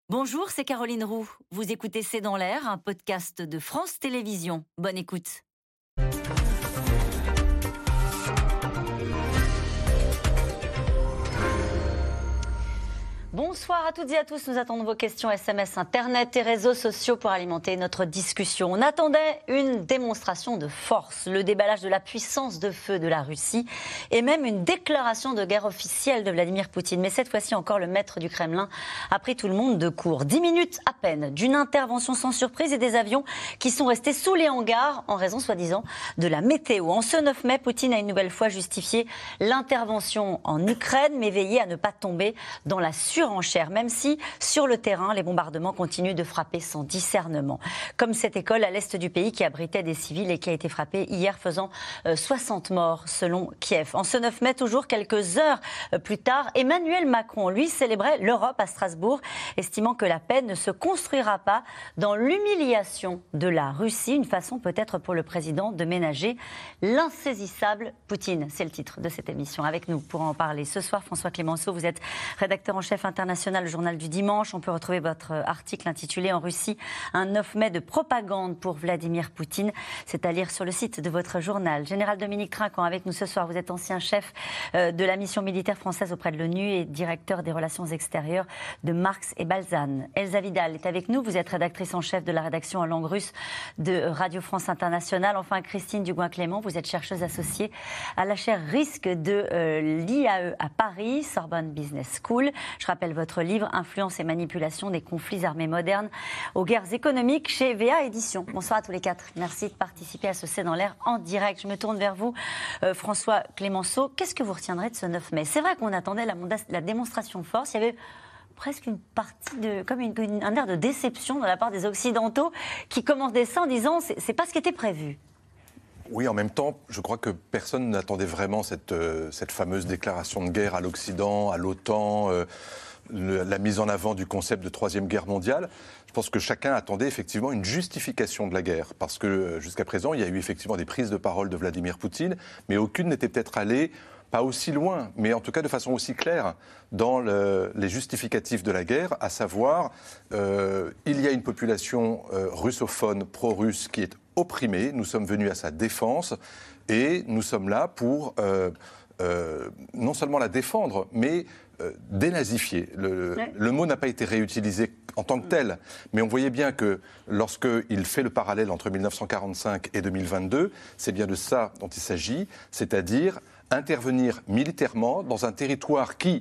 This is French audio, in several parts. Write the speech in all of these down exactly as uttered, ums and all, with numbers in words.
Bonjour, c'est Caroline Roux. Vous écoutez C'est dans l'air, un podcast de France Télévisions. Bonne écoute. Bonsoir à toutes et à tous, nous attendons vos questions S M S, Internet et réseaux sociaux pour alimenter notre discussion. On attendait une démonstration de force, le déballage de la puissance de feu de la Russie et même une déclaration de guerre officielle de Vladimir Poutine. Mais cette fois-ci encore, le maître du Kremlin a pris tout le monde de court. Dix minutes à peine d'une intervention sans surprise et des avions qui sont restés sous les hangars en raison, soi-disant, de la météo. En ce neuf mai, Poutine a une nouvelle fois justifié l'intervention en Ukraine, mais veillé à ne pas tomber dans la surenchère. Enchère, même si, sur le terrain, les bombardements continuent de frapper sans discernement. Comme cette école à l'est du pays qui abritait des civils et qui a été frappée hier, faisant soixante morts selon Kiev. En ce neuf mai, toujours quelques heures plus tard, Emmanuel Macron, lui, célébrait l'Europe à Strasbourg, estimant que la paix ne se construira pas dans l'humiliation de la Russie. Une façon peut-être pour le président de ménager l'insaisissable Poutine. C'est le titre de cette émission. Avec nous pour en parler ce soir, François Clémenceau, vous êtes rédacteur en chef international, le journal du dimanche. On peut retrouver votre article intitulé « En Russie, un neuf mai de propagande pour Vladimir Poutine ». C'est à lire sur le site de votre journal. Général Dominique Trinquant, avec nous ce soir. Vous êtes ancien chef de la mission militaire française auprès de l'ONU et directeur des relations extérieures de Marx et Balzane. Elsa Vidal est avec nous. Vous êtes rédactrice en chef de la rédaction en langue russe de Radio France Internationale. Enfin, Christine Dugouin-Clément, vous êtes chercheuse associée à la chaire risque de euh, l'I A E à Paris, Sorbonne Business School. Je rappelle votre livre « Influence et manipulation des conflits armés modernes aux guerres économiques » chez V A Éditions. Bonsoir à tous les quatre. Merci de participer à ce C'est dans l'air en direct. Je me tourne vers vous, euh, François Clémenceau. Qu'est-ce que vous retiendrez de ce neuf mai ? C'est vrai qu'on attendait la, la démonstration de force. Il y avait presque une partie de, comme une, une, un air de déception de la part des Occidentaux qui commandaient ça en disant c'est, c'est pas ce qui était prévu. Oui, en même temps, je crois que personne n'attendait vraiment cette, euh, cette fameuse déclaration de guerre à l'Occident, à l'OTAN, euh, le, la mise en avant du concept de Troisième Guerre mondiale. Je pense que chacun attendait effectivement une justification de la guerre, parce que euh, jusqu'à présent, il y a eu effectivement des prises de parole de Vladimir Poutine, mais aucune n'était peut-être allée, pas aussi loin, mais en tout cas de façon aussi claire dans le, les justificatifs de la guerre, à savoir, euh, il y a une population euh, russophone, pro-russe, qui est opprimée, nous sommes venus à sa défense et nous sommes là pour euh, euh, non seulement la défendre, mais euh, dénazifier. Le, ouais. le mot n'a pas été réutilisé en tant que tel, mais on voyait bien que lorsqu'il fait le parallèle entre mille neuf cent quarante-cinq et deux mille vingt-deux, c'est bien de ça dont il s'agit, c'est-à-dire intervenir militairement dans un territoire qui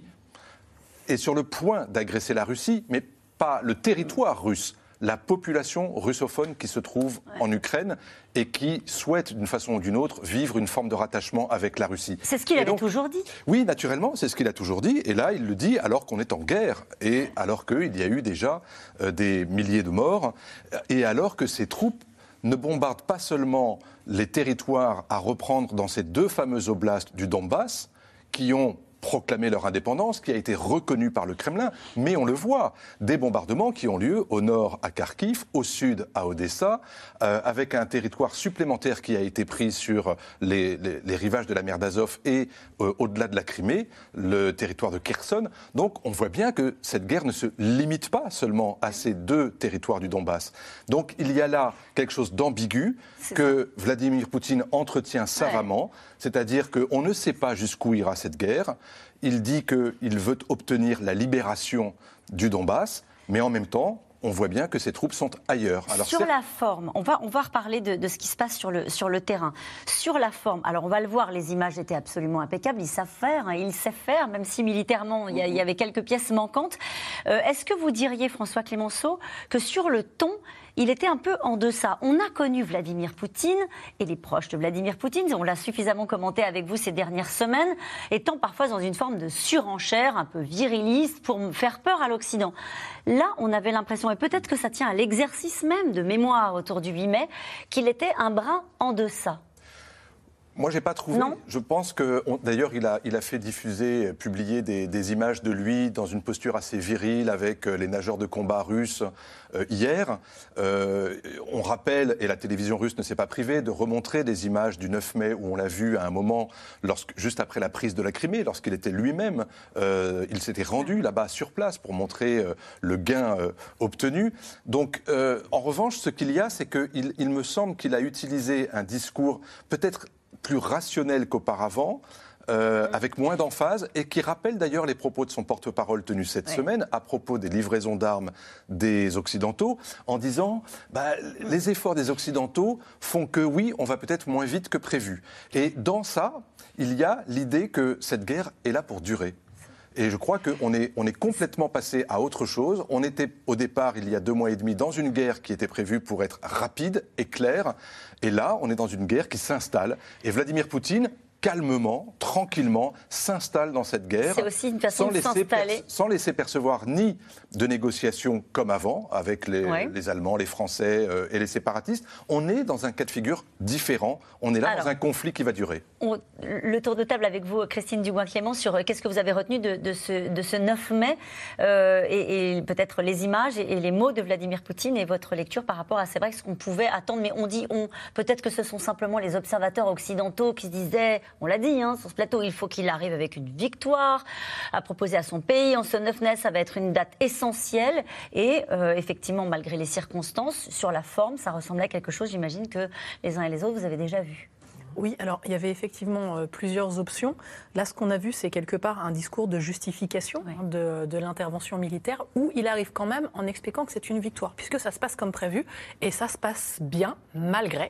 est sur le point d'agresser la Russie, mais pas le territoire russe, la population russophone qui se trouve ouais. en Ukraine et qui souhaite, d'une façon ou d'une autre, vivre une forme de rattachement avec la Russie. C'est ce qu'il et avait donc, toujours dit. Oui, naturellement, c'est ce qu'il a toujours dit. Et là, il le dit alors qu'on est en guerre et alors qu'il y a eu déjà euh, des milliers de morts et alors que ces troupes ne bombardent pas seulement les territoires à reprendre dans ces deux fameux oblasts du Donbass qui ont proclamé leur indépendance, qui a été reconnue par le Kremlin, mais on le voit, des bombardements qui ont lieu au nord à Kharkiv, au sud à Odessa, euh, avec un territoire supplémentaire qui a été pris sur les, les, les rivages de la mer d'Azov et euh, au-delà de la Crimée, le territoire de Kherson. Donc on voit bien que cette guerre ne se limite pas seulement à ces deux territoires du Donbass. Donc il y a là quelque chose d'ambigu C'est que ça. Vladimir Poutine entretient savamment, ouais. c'est-à-dire qu'on ne sait pas jusqu'où ira cette guerre. Il dit qu'il veut obtenir la libération du Donbass, mais en même temps, on voit bien que ses troupes sont ailleurs. Alors, sur c'est... la forme, on va, on va reparler de, de ce qui se passe sur le, sur le terrain. Sur la forme, alors on va le voir, les images étaient absolument impeccables, ils savent faire, hein, ils savent faire, même si militairement il y, a, il y avait quelques pièces manquantes. Euh, est-ce que vous diriez, François Clémenceau, que sur le ton, il était un peu en deçà? On a connu Vladimir Poutine et les proches de Vladimir Poutine, on l'a suffisamment commenté avec vous ces dernières semaines, étant parfois dans une forme de surenchère, un peu viriliste, pour faire peur à l'Occident. Là, on avait l'impression, et peut-être que ça tient à l'exercice même de mémoire autour du huit mai, qu'il était un brin en deçà. Moi, j'ai pas trouvé. Non. Je pense que, on, d'ailleurs, il a, il a fait diffuser, publier des, des images de lui dans une posture assez virile avec les nageurs de combat russes euh, hier. Euh, on rappelle, et la télévision russe ne s'est pas privée, de remontrer des images du neuf mai où on l'a vu à un moment, lorsque, juste après la prise de la Crimée, lorsqu'il était lui-même, euh, il s'était rendu là-bas sur place pour montrer euh, le gain euh, obtenu. Donc, euh, en revanche, ce qu'il y a, c'est qu'il il me semble qu'il a utilisé un discours peut-être plus rationnel qu'auparavant, euh, avec moins d'emphase, et qui rappelle d'ailleurs les propos de son porte-parole tenu cette ouais. semaine à propos des livraisons d'armes des Occidentaux, en disant bah, les efforts des Occidentaux font que oui, on va peut-être moins vite que prévu. Et dans ça, il y a l'idée que cette guerre est là pour durer. Et je crois qu'on est, on est complètement passé à autre chose. On était au départ, il y a deux mois et demi, dans une guerre qui était prévue pour être rapide et claire. Et là, on est dans une guerre qui s'installe. Et Vladimir Poutine, calmement, tranquillement, s'installe dans cette guerre. C'est aussi une façon sans de laisser s'installer. Per- sans laisser percevoir ni de négociations comme avant, avec les, ouais. les Allemands, les Français euh, et les séparatistes. On est dans un cas de figure différent. On est là Alors, dans un conflit qui va durer. On, le tour de table avec vous, Christine Dubois-Clément, sur qu'est-ce que vous avez retenu de, de, ce, de ce neuf mai euh, et, et peut-être les images et, et les mots de Vladimir Poutine et votre lecture par rapport à, c'est vrai, ce qu'on pouvait attendre. Mais on dit, on, peut-être que ce sont simplement les observateurs occidentaux qui se disaient, on l'a dit hein, sur ce plateau, il faut qu'il arrive avec une victoire à proposer à son pays. En ce neuf mai, ça va être une date essentielle. Et euh, effectivement, malgré les circonstances, sur la forme, ça ressemblait à quelque chose, j'imagine, que les uns et les autres, vous avez déjà vu. Oui, alors il y avait effectivement euh, plusieurs options. Là, ce qu'on a vu, c'est quelque part un discours de justification oui. hein, de, de l'intervention militaire où il arrive quand même en expliquant que c'est une victoire, puisque ça se passe comme prévu et ça se passe bien, malgré.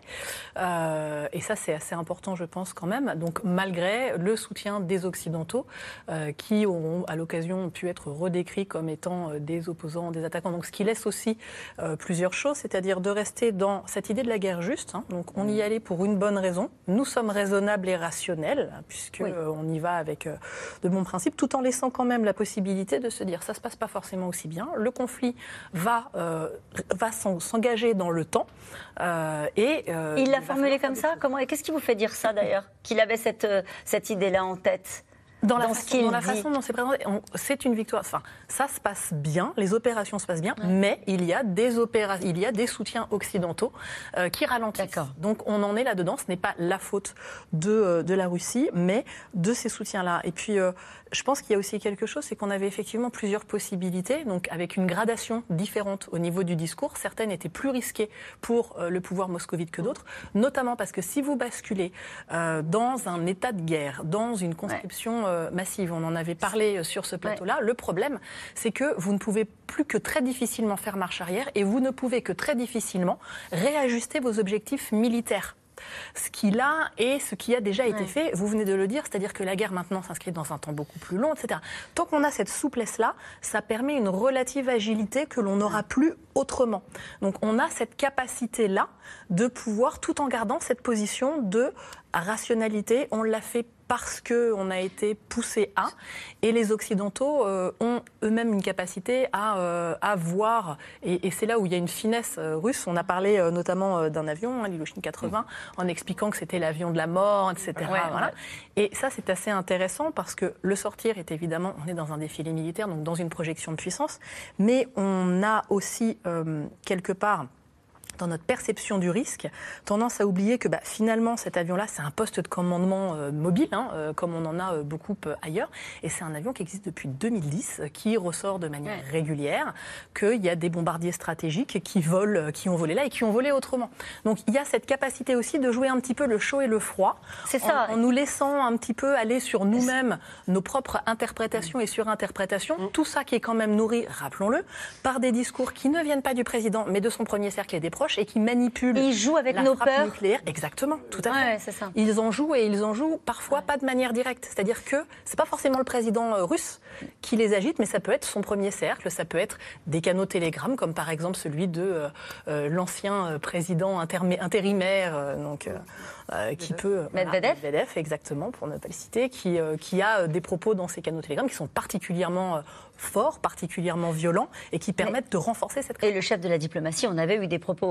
Euh, et ça, c'est assez important, je pense, quand même. Donc, malgré le soutien des Occidentaux euh, qui ont, à l'occasion, pu être redécrits comme étant euh, des opposants, des attaquants. Donc, ce qui laisse aussi euh, plusieurs choses, c'est-à-dire de rester dans cette idée de la guerre juste. Hein. Donc, on y allait pour une bonne raison. Nous sommes raisonnables et rationnels, puisqu'on oui. euh, y va avec euh, de bons principes, tout en laissant quand même la possibilité de se dire ça ne se passe pas forcément aussi bien. Le conflit va, euh, va s'engager dans le temps. Euh, et, euh, il l'a formulé comme ça Comment, et qu'est-ce qui vous fait dire ça d'ailleurs, qu'il avait cette, euh, cette idée-là en tête? Dans la, dans façon, dans la façon dont c'est présenté, on, c'est une victoire. Enfin, ça se passe bien, les opérations se passent bien, ouais. mais il y a des opéra- il y a des soutiens occidentaux euh, qui ralentissent. D'accord. Donc on en est là-dedans. Ce n'est pas la faute de euh, de la Russie, mais de ces soutiens-là. Et puis euh, je pense qu'il y a aussi quelque chose, c'est qu'on avait effectivement plusieurs possibilités, donc avec une gradation différente au niveau du discours. Certaines étaient plus risquées pour euh, le pouvoir moscovite que d'autres, notamment parce que si vous basculez euh, dans un état de guerre, dans une conscription ouais. euh, massive, on en avait parlé sur ce plateau-là, ouais. le problème, c'est que vous ne pouvez plus que très difficilement faire marche arrière et vous ne pouvez que très difficilement réajuster vos objectifs militaires. Ce qui là et ce qui a déjà été ouais. fait, vous venez de le dire, c'est-à-dire que la guerre maintenant s'inscrit dans un temps beaucoup plus long, et cetera. Tant qu'on a cette souplesse-là, ça permet une relative agilité que l'on n'aura plus autrement. Donc on a cette capacité-là de pouvoir, tout en gardant cette position de rationalité, on l'a fait parce qu'on a été poussé à, et les Occidentaux euh, ont eux-mêmes une capacité à, euh, à voir, et, et c'est là où il y a une finesse euh, russe. On a parlé euh, notamment euh, d'un avion, hein, l'Ilyushin quatre-vingts, mmh. en expliquant que c'était l'avion de la mort, et cetera. Ouais, voilà. ouais. Et ça, c'est assez intéressant parce que le sortir est évidemment, on est dans un défilé militaire, donc dans une projection de puissance, mais on a aussi euh, quelque part, dans notre perception du risque, tendance à oublier que bah, finalement, cet avion-là, c'est un poste de commandement euh, mobile, hein, euh, comme on en a euh, beaucoup euh, ailleurs. Et c'est un avion qui existe depuis deux mille dix, euh, qui ressort de manière ouais. régulière, qu'il y a des bombardiers stratégiques qui volent, euh, qui ont volé là et qui ont volé autrement. Donc il y a cette capacité aussi de jouer un petit peu le chaud et le froid, c'est ça. En, en nous laissant un petit peu aller sur nous-mêmes, nos propres interprétations mmh. et surinterprétations. Mmh. Tout ça qui est quand même nourri, rappelons-le, par des discours qui ne viennent pas du président, mais de son premier cercle et des proches, et qui manipulent ils jouent avec la nos frappe peurs. nucléaire. Exactement, tout à fait. Ouais, c'est ça. Ils en jouent et ils en jouent parfois ouais. pas de manière directe. C'est-à-dire que c'est pas forcément le président euh, russe qui les agite, mais ça peut être son premier cercle, ça peut être des canaux télégrammes, comme par exemple celui de euh, euh, l'ancien euh, président intermé- intérimaire, euh, donc euh, euh, qui peut Medvedev, voilà, Medvedev, exactement, pour ne pas le citer, qui euh, qui a euh, des propos dans ces canaux télégrammes qui sont particulièrement euh, forts, particulièrement violents et qui permettent mais, de renforcer cette. Et le chef de la diplomatie, on avait eu des propos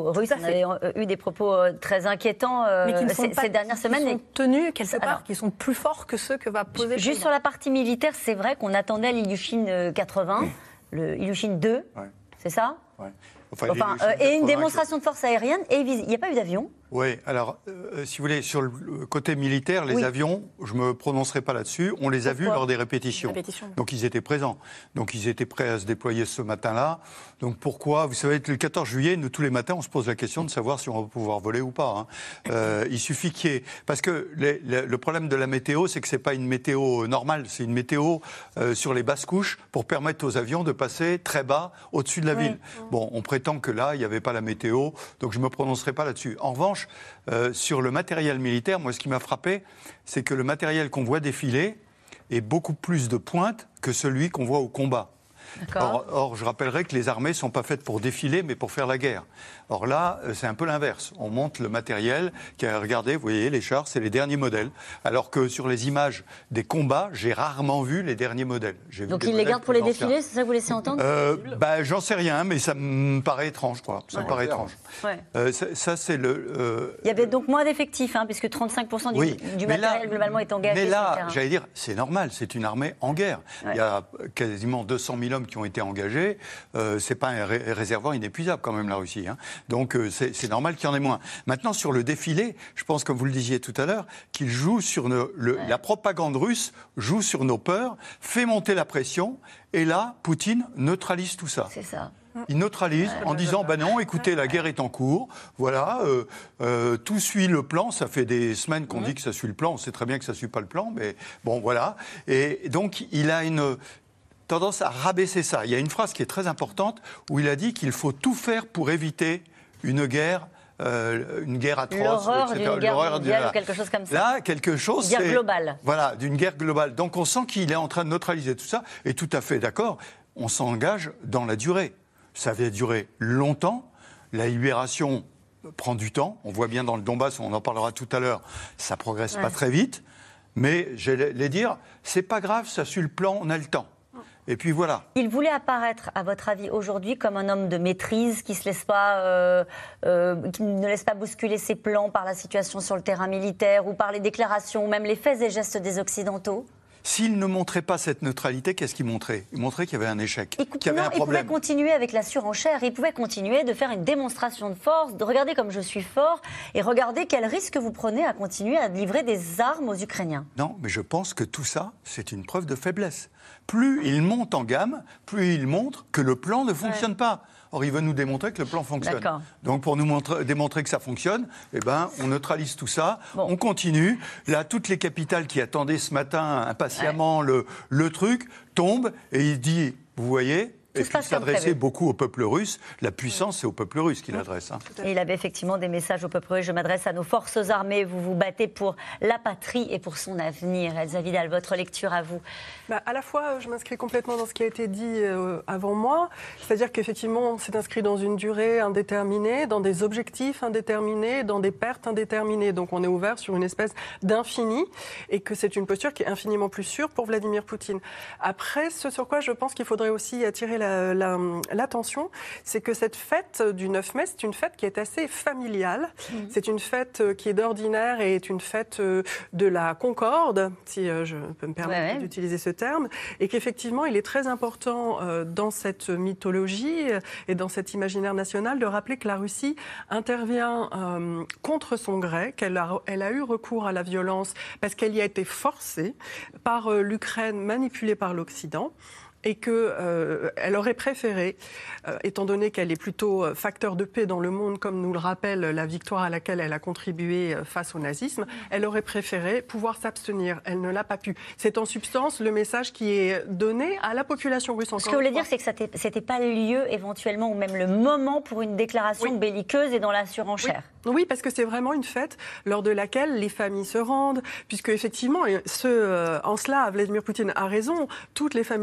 propos russes. On avait eu des propos très inquiétants euh, Mais qui ne sont ces, pas, ces dernières qui semaines. Qui sont tenus quelque part, Alors, qui sont plus forts que ceux que va poser... Juste sur la partie militaire, c'est vrai qu'on attendait l'Ilyushin quatre-vingts, le Ilyushin deux, ouais. c'est ça ouais. Enfin, enfin, euh, et une démonstration de force aérienne, et il n'y a pas eu d'avion. Oui, alors, euh, si vous voulez, sur le côté militaire, les oui. avions, je ne me prononcerai pas là-dessus, on les a Pourquoi vus lors des répétitions. Répétition. Donc, ils étaient présents. Donc, ils étaient prêts à se déployer ce matin-là. Donc, pourquoi ? Vous savez, le quatorze juillet, nous, tous les matins, on se pose la question de savoir si on va pouvoir voler ou pas. Hein. Euh, il suffit qu'il y ait... Parce que les, les, le problème de la météo, c'est que ce n'est pas une météo normale, c'est une météo euh, sur les basses couches pour permettre aux avions de passer très bas au-dessus de la oui. ville. Bon, on prétend que là, il n'y avait pas la météo, donc je ne me prononcerai pas là-dessus. En revanche, Euh, sur le matériel militaire, moi, ce qui m'a frappé, c'est que le matériel qu'on voit défiler est beaucoup plus de pointe que celui qu'on voit au combat. Or, or, je rappellerai que les armées ne sont pas faites pour défiler, mais pour faire la guerre. Or là, c'est un peu l'inverse. On monte le matériel, qui a, regardez, vous voyez, les chars, c'est les derniers modèles. Alors que sur les images des combats, j'ai rarement vu les derniers modèles. Donc ils les gardent pour les défilés, c'est ça que vous laissez entendre euh, bah, J'en sais rien, mais ça me paraît étrange, quoi. Ça ouais. me paraît étrange. Ouais. Euh, ça, ça, c'est le... Euh... Il y avait donc moins d'effectifs, hein, puisque trente-cinq pour cent du, oui. du matériel, là, globalement, est engagé. Mais là, j'allais dire, c'est normal, c'est une armée en guerre. Ouais. Il y a quasiment deux cent mille hommes qui ont été engagés, euh, c'est pas un ré- réservoir inépuisable quand même la Russie. Hein. Donc euh, c'est, c'est normal qu'il y en ait moins. Maintenant sur le défilé, je pense comme vous le disiez tout à l'heure, qu'il joue sur nos, le, ouais. la propagande russe joue sur nos peurs, fait monter la pression, et là Poutine neutralise tout ça. C'est ça. Il neutralise ouais, en disant ben non, écoutez, la guerre est en cours, voilà, euh, euh, tout suit le plan. Ça fait des semaines qu'on mmh. dit que ça suit le plan. On sait très bien que ça ne suit pas le plan, mais bon, voilà. Et donc il a une tendance à rabaisser ça. Il y a une phrase qui est très importante où il a dit qu'il faut tout faire pour éviter une guerre, euh, une guerre atroce, l'horreur et cetera. d'une guerre L'horreur mondiale ou quelque chose comme ça. Là, quelque chose, une guerre globale. Voilà, d'une guerre globale. Donc on sent qu'il est en train de neutraliser tout ça, et tout à fait d'accord. On s'engage dans la durée. Ça va durer longtemps. La libération prend du temps. On voit bien dans le Donbass, on en parlera tout à l'heure. Ça progresse ouais. pas très vite, mais j'allais dire, c'est pas grave, ça suit le plan, on a le temps. Et puis voilà. Il voulait apparaître, à votre avis, aujourd'hui comme un homme de maîtrise qui se laisse pas, euh, euh, qui ne laisse pas bousculer ses plans par la situation sur le terrain militaire ou par les déclarations ou même les faits et gestes des Occidentaux. S'il ne montrait pas cette neutralité, qu'est-ce qu'il montrait ? Il montrait qu'il y avait un échec, Écoute, qu'il y avait non, un problème. Il pouvait continuer avec la surenchère, il pouvait continuer de faire une démonstration de force, de regarder comme je suis fort et regarder quel risque vous prenez à continuer à livrer des armes aux Ukrainiens. Non, mais je pense que tout ça, c'est une preuve de faiblesse. Plus il monte en gamme, plus il montre que le plan ne fonctionne ouais. pas. Or, il veut nous démontrer que le plan fonctionne. D'accord. Donc, pour nous montrer, démontrer que ça fonctionne, eh ben, on neutralise tout ça, bon. on continue. Là, toutes les capitales qui attendaient ce matin impatiemment ouais. le, le truc tombent et il dit, vous voyez, Tout et puis il s'adressait beaucoup au peuple russe. La puissance, c'est au peuple russe qu'il adresse. Hein. Et il avait effectivement des messages au peuple russe. Je m'adresse à nos forces armées. Vous vous battez pour la patrie et pour son avenir. Elsa Vidal, votre lecture à vous. Bah, à la fois, je m'inscris complètement dans ce qui a été dit euh, avant moi. C'est-à-dire qu'effectivement, on s'est inscrit dans une durée indéterminée, dans des objectifs indéterminés, dans des pertes indéterminées. Donc on est ouvert sur une espèce d'infini et que c'est une posture qui est infiniment plus sûre pour Vladimir Poutine. Après, ce sur quoi je pense qu'il faudrait aussi attirer la, la, l'attention, c'est que cette fête du neuf mai, c'est une fête qui est assez familiale. Mmh. C'est une fête qui est d'ordinaire et est une fête de la concorde, si je peux me permettre ouais, ouais. d'utiliser ce terme, et qu'effectivement, il est très important euh, dans cette mythologie et dans cet imaginaire national de rappeler que la Russie intervient euh, contre son gré, qu'elle a, elle a eu recours à la violence parce qu'elle y a été forcée par euh, l'Ukraine manipulée par l'Occident. Et qu'elle euh, aurait préféré, euh, étant donné qu'elle est plutôt facteur de paix dans le monde, comme nous le rappelle la victoire à laquelle elle a contribué face au nazisme, elle aurait préféré pouvoir s'abstenir. Elle ne l'a pas pu. C'est en substance le message qui est donné à la population russe. Ce que vous voulez dire, c'est que ce n'était pas le lieu éventuellement ou même le moment pour une déclaration oui. belliqueuse et dans la surenchère. Oui. oui, parce que c'est vraiment une fête lors de laquelle les familles se rendent, puisque effectivement, ce, euh, en cela, Vladimir Poutine a raison, toutes les familles russes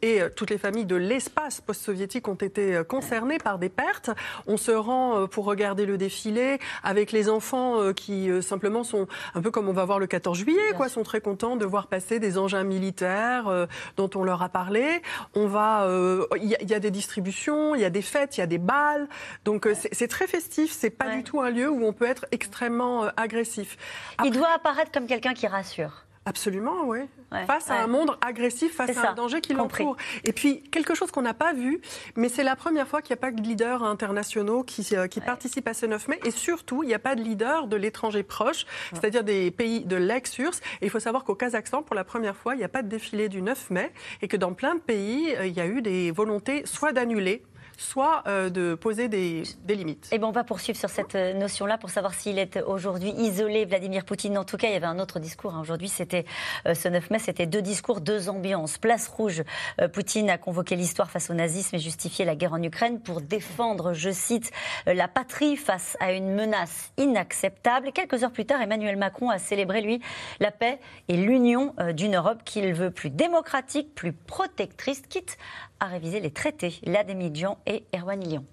et toutes les familles de l'espace post-soviétique ont été concernées par des pertes. On se rend pour regarder le défilé avec les enfants qui simplement sont un peu comme on va voir le quatorze juillet, quoi, sont très contents de voir passer des engins militaires euh, dont on leur a parlé. On va, il euh, y, y a des distributions, il y a des fêtes, il y a des balles. Donc euh, c'est très festif. C'est pas ouais. du tout un lieu où on peut être extrêmement euh, agressif. Après, il doit apparaître comme quelqu'un qui rassure. Absolument, oui. Ouais, face ouais. à un monde agressif, face à un danger qui l'entoure. Et puis, quelque chose qu'on n'a pas vu, mais c'est la première fois qu'il n'y a pas de leaders internationaux qui, euh, qui ouais. participent à ce neuf mai. Et surtout, il n'y a pas de leader de l'étranger proche, ouais. c'est-à-dire des pays de l'ex-U R S S. Et il faut savoir qu'au Kazakhstan, pour la première fois, il n'y a pas de défilé du neuf mai. Et que dans plein de pays, euh, il y a eu des volontés soit d'annuler, soit euh, de poser des, des limites. Et bon, on va poursuivre sur cette notion-là pour savoir s'il est aujourd'hui isolé, Vladimir Poutine. En tout cas, il y avait un autre discours. Hein. Aujourd'hui, c'était euh, ce neuf mai, c'était deux discours, deux ambiances. Place rouge, euh, Poutine a convoqué l'histoire face au nazisme et justifié la guerre en Ukraine pour défendre, je cite, euh, la patrie face à une menace inacceptable. Et quelques heures plus tard, Emmanuel Macron a célébré, lui, la paix et l'union euh, d'une Europe qu'il veut plus démocratique, plus protectrice, quitte à réviser les traités. Vladimir Dian et Erwan Ilion.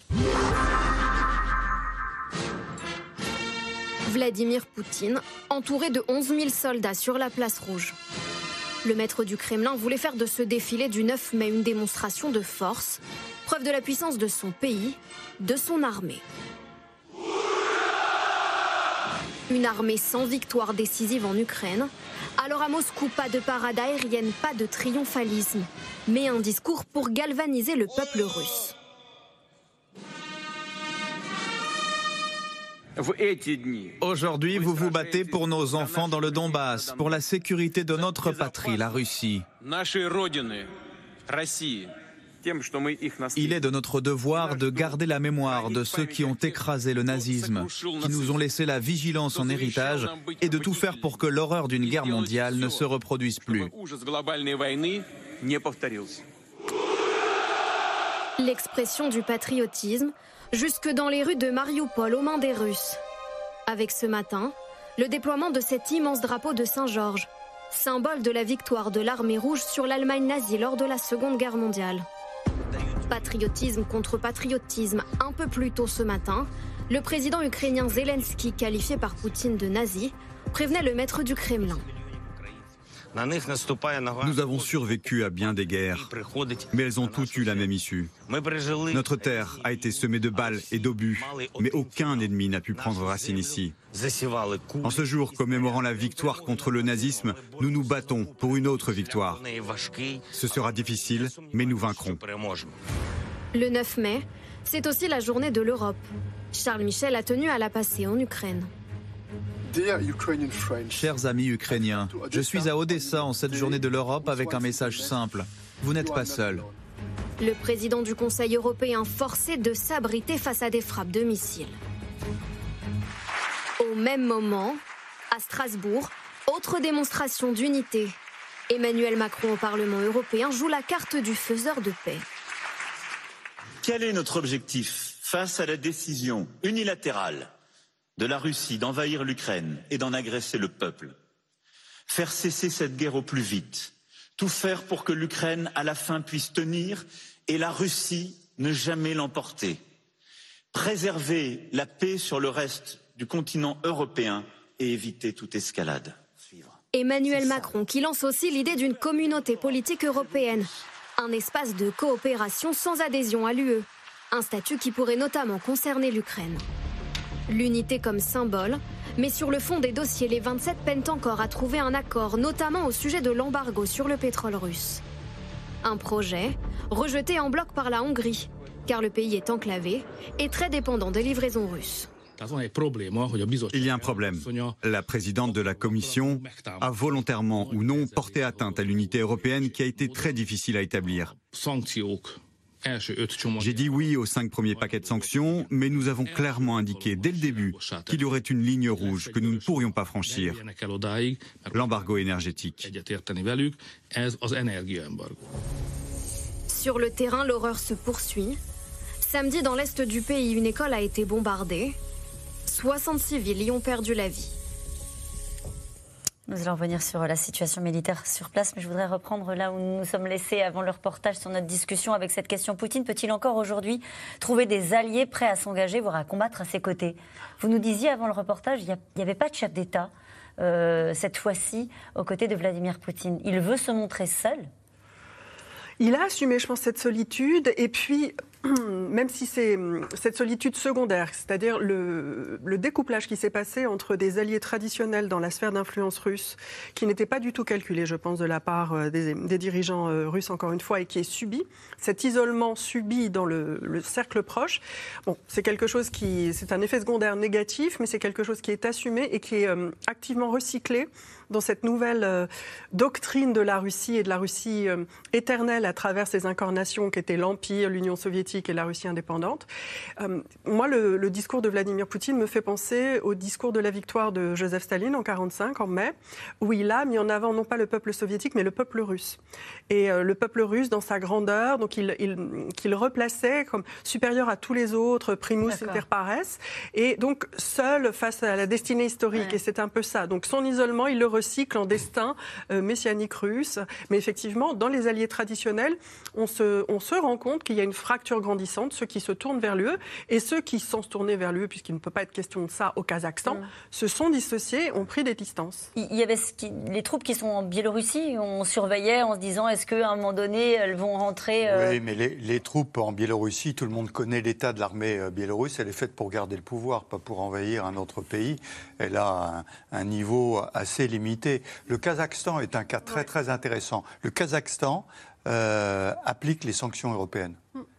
Vladimir Poutine, entouré de onze mille soldats sur la place rouge. Le maître du Kremlin voulait faire de ce défilé du neuf mai une démonstration de force, preuve de la puissance de son pays, de son armée. Une armée sans victoire décisive en Ukraine. Alors à Moscou, pas de parade aérienne, pas de triomphalisme, mais un discours pour galvaniser le peuple russe. Aujourd'hui, vous vous battez pour nos enfants dans le Donbass, pour la sécurité de notre patrie, la Russie. Il est de notre devoir de garder la mémoire de ceux qui ont écrasé le nazisme, qui nous ont laissé la vigilance en héritage et de tout faire pour que l'horreur d'une guerre mondiale ne se reproduise plus. L'expression du patriotisme, jusque dans les rues de Mariupol aux mains des Russes. Avec ce matin, le déploiement de cet immense drapeau de Saint-Georges, symbole de la victoire de l'armée rouge sur l'Allemagne nazie lors de la Seconde Guerre mondiale. Patriotisme contre patriotisme, un peu plus tôt ce matin, le président ukrainien Zelensky, qualifié par Poutine de nazi, prévenait le maître du Kremlin. Nous avons survécu à bien des guerres, mais elles ont toutes eu la même issue. Notre terre a été semée de balles et d'obus, mais aucun ennemi n'a pu prendre racine ici. En ce jour commémorant la victoire contre le nazisme, nous nous battons pour une autre victoire. Ce sera difficile, mais nous vaincrons. Le neuf mai, c'est aussi la journée de l'Europe. Charles Michel a tenu à la passer en Ukraine. Chers amis ukrainiens, je suis à Odessa en cette journée de l'Europe avec un message simple. Vous n'êtes pas seuls. Le président du Conseil européen forcé de s'abriter face à des frappes de missiles. Au même moment, à Strasbourg, autre démonstration d'unité. Emmanuel Macron au Parlement européen joue la carte du faiseur de paix. Quel est notre objectif face à la décision unilatérale de la Russie d'envahir l'Ukraine et d'en agresser le peuple? Faire cesser cette guerre au plus vite, tout faire pour que l'Ukraine à la fin puisse tenir et la Russie ne jamais l'emporter. Préserver la paix sur le reste du continent européen et éviter toute escalade. Emmanuel Macron qui lance aussi l'idée d'une communauté politique européenne, un espace de coopération sans adhésion à l'U E, un statut qui pourrait notamment concerner l'Ukraine. L'unité comme symbole, mais sur le fond des dossiers, les vingt-sept peinent encore à trouver un accord, notamment au sujet de l'embargo sur le pétrole russe. Un projet rejeté en bloc par la Hongrie, car le pays est enclavé et très dépendant des livraisons russes. Il y a un problème. La présidente de la Commission a volontairement ou non porté atteinte à l'unité européenne qui a été très difficile à établir. J'ai dit oui aux cinq premiers paquets de sanctions, mais nous avons clairement indiqué dès le début qu'il y aurait une ligne rouge que nous ne pourrions pas franchir, l'embargo énergétique. Sur le terrain, l'horreur se poursuit. Samedi, dans l'est du pays, une école a été bombardée. soixante civils y ont perdu la vie. Nous allons revenir sur la situation militaire sur place, mais je voudrais reprendre là où nous nous sommes laissés avant le reportage sur notre discussion avec cette question. Poutine peut-il encore aujourd'hui trouver des alliés prêts à s'engager, voire à combattre à ses côtés? Vous nous disiez avant le reportage, il n'y avait pas de chef d'État, euh, cette fois-ci, aux côtés de Vladimir Poutine. Il veut se montrer seul? Il a assumé, je pense, cette solitude, et puis, même si c'est cette solitude secondaire, c'est-à-dire le, le découplage qui s'est passé entre des alliés traditionnels dans la sphère d'influence russe, qui n'était pas du tout calculé, je pense, de la part des, des dirigeants russes, encore une fois, et qui est subi, cet isolement subi dans le, le cercle proche, bon, c'est quelque chose qui, c'est un effet secondaire négatif, mais c'est quelque chose qui est assumé et qui est euh, activement recyclé dans cette nouvelle euh, doctrine de la Russie et de la Russie euh, éternelle à travers ces incarnations qu'étaient l'Empire, l'Union soviétique et la Russie indépendante. Euh, moi, le, le discours de Vladimir Poutine me fait penser au discours de la victoire de Joseph Staline en mille neuf cent quarante-cinq, en mai, où il a mis en avant non pas le peuple soviétique, mais le peuple russe. Et euh, le peuple russe dans sa grandeur, donc il, il, qu'il replaçait comme supérieur à tous les autres, primus inter pares, et donc seul face à la destinée historique. Ouais. Et c'est un peu ça. Donc son isolement, il le recycle en destin euh, messianique russe. Mais effectivement, dans les alliés traditionnels, on se, on se rend compte qu'il y a une fracture grandissante, ceux qui se tournent vers l'U E et ceux qui, sans se tourner vers l'U E, puisqu'il ne peut pas être question de ça au Kazakhstan, mmh. se sont dissociés, ont pris des distances. Il y avait ce qui, les troupes qui sont en Biélorussie, on surveillait en se disant est-ce qu'à un moment donné, elles vont rentrer euh... Oui, mais les, les troupes en Biélorussie, tout le monde connaît l'état de l'armée biélorusse, elle est faite pour garder le pouvoir, pas pour envahir un autre pays. Elle a un, un niveau assez limité. Le Kazakhstan est un cas très, très intéressant. Le Kazakhstan euh, applique les sanctions européennes.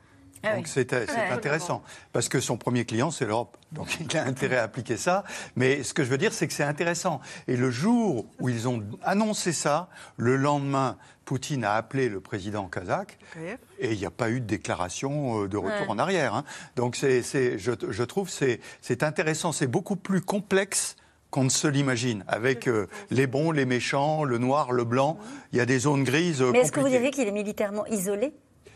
Ah Donc oui. c'est, c'est ouais, intéressant, parce que son premier client, c'est l'Europe. Donc il a intérêt à appliquer ça. Mais ce que je veux dire, c'est que c'est intéressant. Et le jour où ils ont annoncé ça, le lendemain, Poutine a appelé le président kazakh, okay. et il n'y a pas eu de déclaration de retour ouais. en arrière. Hein. Donc c'est, c'est, je, je trouve que c'est, c'est intéressant. C'est beaucoup plus complexe qu'on ne se l'imagine, avec euh, les bons, les méchants, le noir, le blanc. Il y a des zones grises Mais compliquées. Est-ce que vous diriez qu'il est militairement isolé ?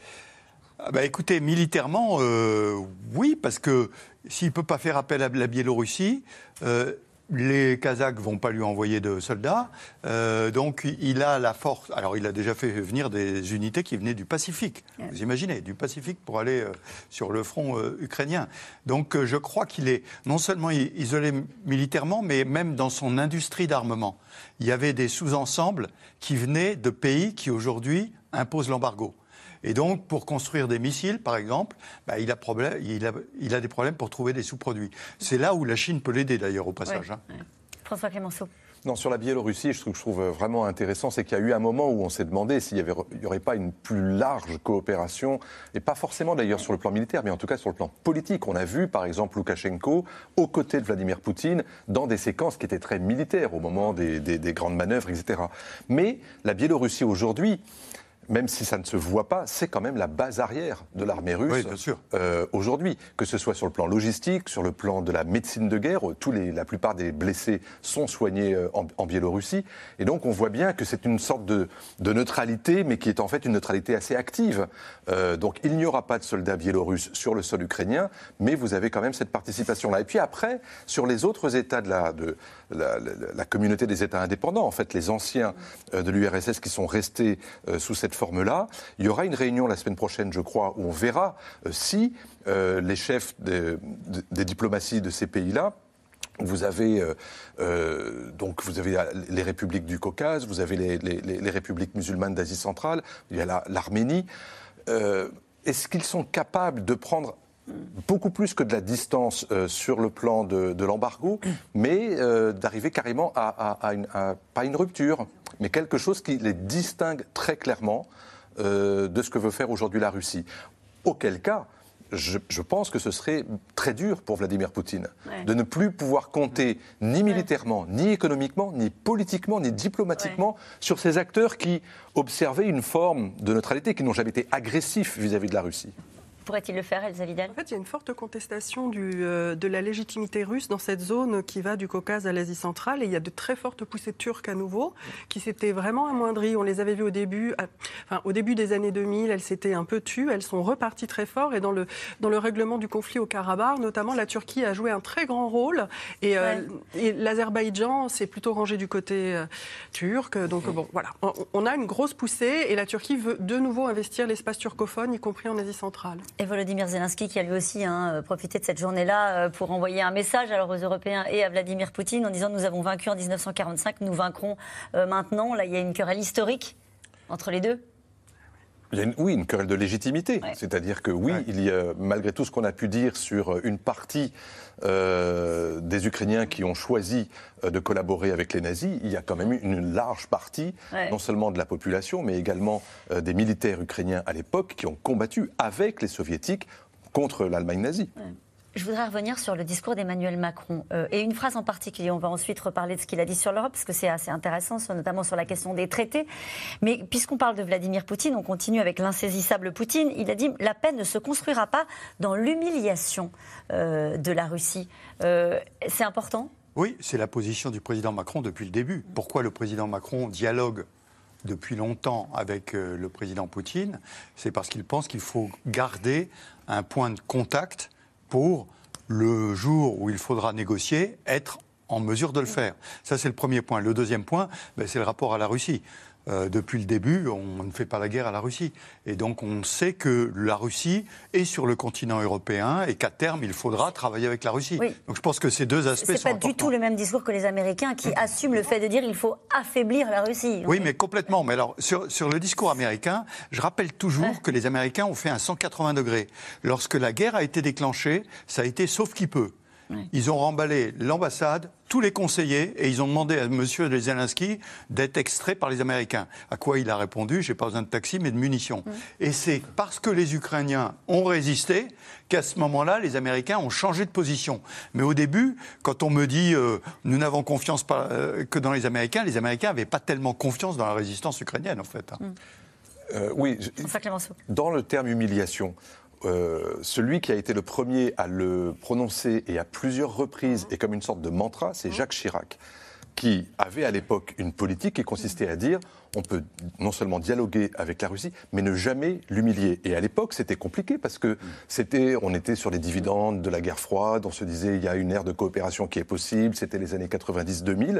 Ah bah écoutez, militairement, euh, oui, parce que s'il ne peut pas faire appel à la Biélorussie, euh, les Kazakhs ne vont pas lui envoyer de soldats, euh, donc il a la force. Alors il a déjà fait venir des unités qui venaient du Pacifique, ouais. vous imaginez, du Pacifique pour aller euh, sur le front euh, ukrainien. Donc euh, je crois qu'il est non seulement isolé militairement, mais même dans son industrie d'armement. Il y avait des sous-ensembles qui venaient de pays qui aujourd'hui imposent l'embargo. Et donc, pour construire des missiles, par exemple, bah, il, a problème, il, a, il a des problèmes pour trouver des sous-produits. C'est là où la Chine peut l'aider, d'ailleurs, au passage. Ouais, hein. ouais. François Clémenceau. Non, sur la Biélorussie, je trouve, je trouve vraiment intéressant, c'est qu'il y a eu un moment où on s'est demandé s'il n'y aurait pas une plus large coopération, et pas forcément d'ailleurs sur le plan militaire, mais en tout cas sur le plan politique. On a vu, par exemple, Loukachenko aux côtés de Vladimir Poutine dans des séquences qui étaient très militaires au moment des, des, des grandes manœuvres, et cetera. Mais la Biélorussie aujourd'hui, même si ça ne se voit pas, c'est quand même la base arrière de l'armée russe oui, euh, aujourd'hui. Que ce soit sur le plan logistique, sur le plan de la médecine de guerre, tous les, la plupart des blessés sont soignés en, en Biélorussie. Et donc on voit bien que c'est une sorte de, de neutralité, mais qui est en fait une neutralité assez active. Euh, donc il n'y aura pas de soldats biélorusses sur le sol ukrainien, mais vous avez quand même cette participation-là. Et puis après, sur les autres États de la, de la, la, la communauté des États indépendants, en fait les anciens euh, de l'U R S S qui sont restés euh, sous cette forme-là. Il y aura une réunion la semaine prochaine, je crois, où on verra euh, si euh, les chefs de, de, des diplomaties de ces pays-là, vous avez, euh, euh, donc vous avez les républiques du Caucase, vous avez les, les, les républiques musulmanes d'Asie centrale, il y a la, l'Arménie. Euh, est-ce qu'ils sont capables de prendre beaucoup plus que de la distance euh, sur le plan de, de l'embargo, mais euh, d'arriver carrément à, à, à, une, à pas une rupture, mais quelque chose qui les distingue très clairement euh, de ce que veut faire aujourd'hui la Russie. Auquel cas, je, je pense que ce serait très dur pour Vladimir Poutine ouais. de ne plus pouvoir compter ni militairement, ouais. ni économiquement, ni politiquement, ni diplomatiquement ouais. sur ces acteurs qui observaient une forme de neutralité, qui n'ont jamais été agressifs vis-à-vis de la Russie. Pourrait-il le faire, Elsa Vidal ? En fait, il y a une forte contestation du, euh, de la légitimité russe dans cette zone qui va du Caucase à l'Asie centrale. Et il y a de très fortes poussées turques à nouveau, qui s'étaient vraiment amoindries. On les avait vues au début, à, enfin, au début des années deux mille, elles s'étaient un peu tues. Elles sont reparties très fort. Et dans le, dans le règlement du conflit au Karabakh, notamment, la Turquie a joué un très grand rôle. Et, euh, ouais. et l'Azerbaïdjan s'est plutôt rangé du côté euh, turc. Donc, mmh. bon, voilà. On, on a une grosse poussée et la Turquie veut de nouveau investir l'espace turcophone, y compris en Asie centrale. Et Volodymyr Zelensky qui a lui aussi hein, profité de cette journée-là pour envoyer un message alors aux Européens et à Vladimir Poutine en disant « Nous avons vaincu en dix-neuf cent quarante-cinq, nous vaincrons euh, maintenant ». Là, il y a une querelle historique entre les deux. Il y a une, oui, une querelle de légitimité. Ouais. C'est-à-dire que oui, ouais. il y a, malgré tout ce qu'on a pu dire sur une partie euh, des Ukrainiens qui ont choisi euh, de collaborer avec les nazis, il y a quand même une large partie, ouais. non seulement de la population, mais également euh, des militaires ukrainiens à l'époque qui ont combattu avec les soviétiques contre l'Allemagne nazie. Ouais. Je voudrais revenir sur le discours d'Emmanuel Macron euh, et une phrase en particulier. On va ensuite reparler de ce qu'il a dit sur l'Europe, parce que c'est assez intéressant, notamment sur la question des traités. Mais puisqu'on parle de Vladimir Poutine, on continue avec l'insaisissable Poutine. Il a dit « La paix ne se construira pas dans l'humiliation euh, de la Russie euh, ». C'est important ? Oui, c'est la position du président Macron depuis le début. Pourquoi le président Macron dialogue depuis longtemps avec euh, le président Poutine ? C'est parce qu'il pense qu'il faut garder un point de contact pour le jour où il faudra négocier, être en mesure de le faire. Ça, c'est le premier point. Le deuxième point, ben, c'est le rapport à la Russie. Euh, depuis le début, on ne fait pas la guerre à la Russie. Et donc, on sait que la Russie est sur le continent européen et qu'à terme, il faudra travailler avec la Russie. Oui. Donc, je pense que ces deux aspects sont importants. C'est pas du tout le même discours que les Américains qui assument le fait de dire qu'il faut affaiblir la Russie. Oui, mais complètement. Mais alors, sur, sur le discours américain, je rappelle toujours ouais. que les Américains ont fait un cent quatre-vingts degrés. Lorsque la guerre a été déclenchée, ça a été sauf qui peut. Oui. Ils ont remballé l'ambassade, tous les conseillers, et ils ont demandé à M. Zelensky d'être extrait par les Américains. À quoi il a répondu, j'ai pas besoin de taxi, mais de munitions. Oui. Et c'est parce que les Ukrainiens ont résisté qu'à ce moment-là, les Américains ont changé de position. Mais au début, quand on me dit euh, nous n'avons confiance pas, euh, que dans les Américains, les Américains n'avaient pas tellement confiance dans la résistance ukrainienne, en fait. Hein. Mm. Euh, oui, je, dans le terme humiliation, Euh, celui qui a été le premier à le prononcer et à plusieurs reprises mmh. et comme une sorte de mantra, c'est Jacques Chirac, qui avait à l'époque une politique qui consistait à dire on peut non seulement dialoguer avec la Russie, mais ne jamais l'humilier. Et à l'époque, c'était compliqué parce que c'était, on était sur les dividendes de la guerre froide, on se disait il y a une ère de coopération qui est possible, c'était les années quatre-vingt-dix deux mille.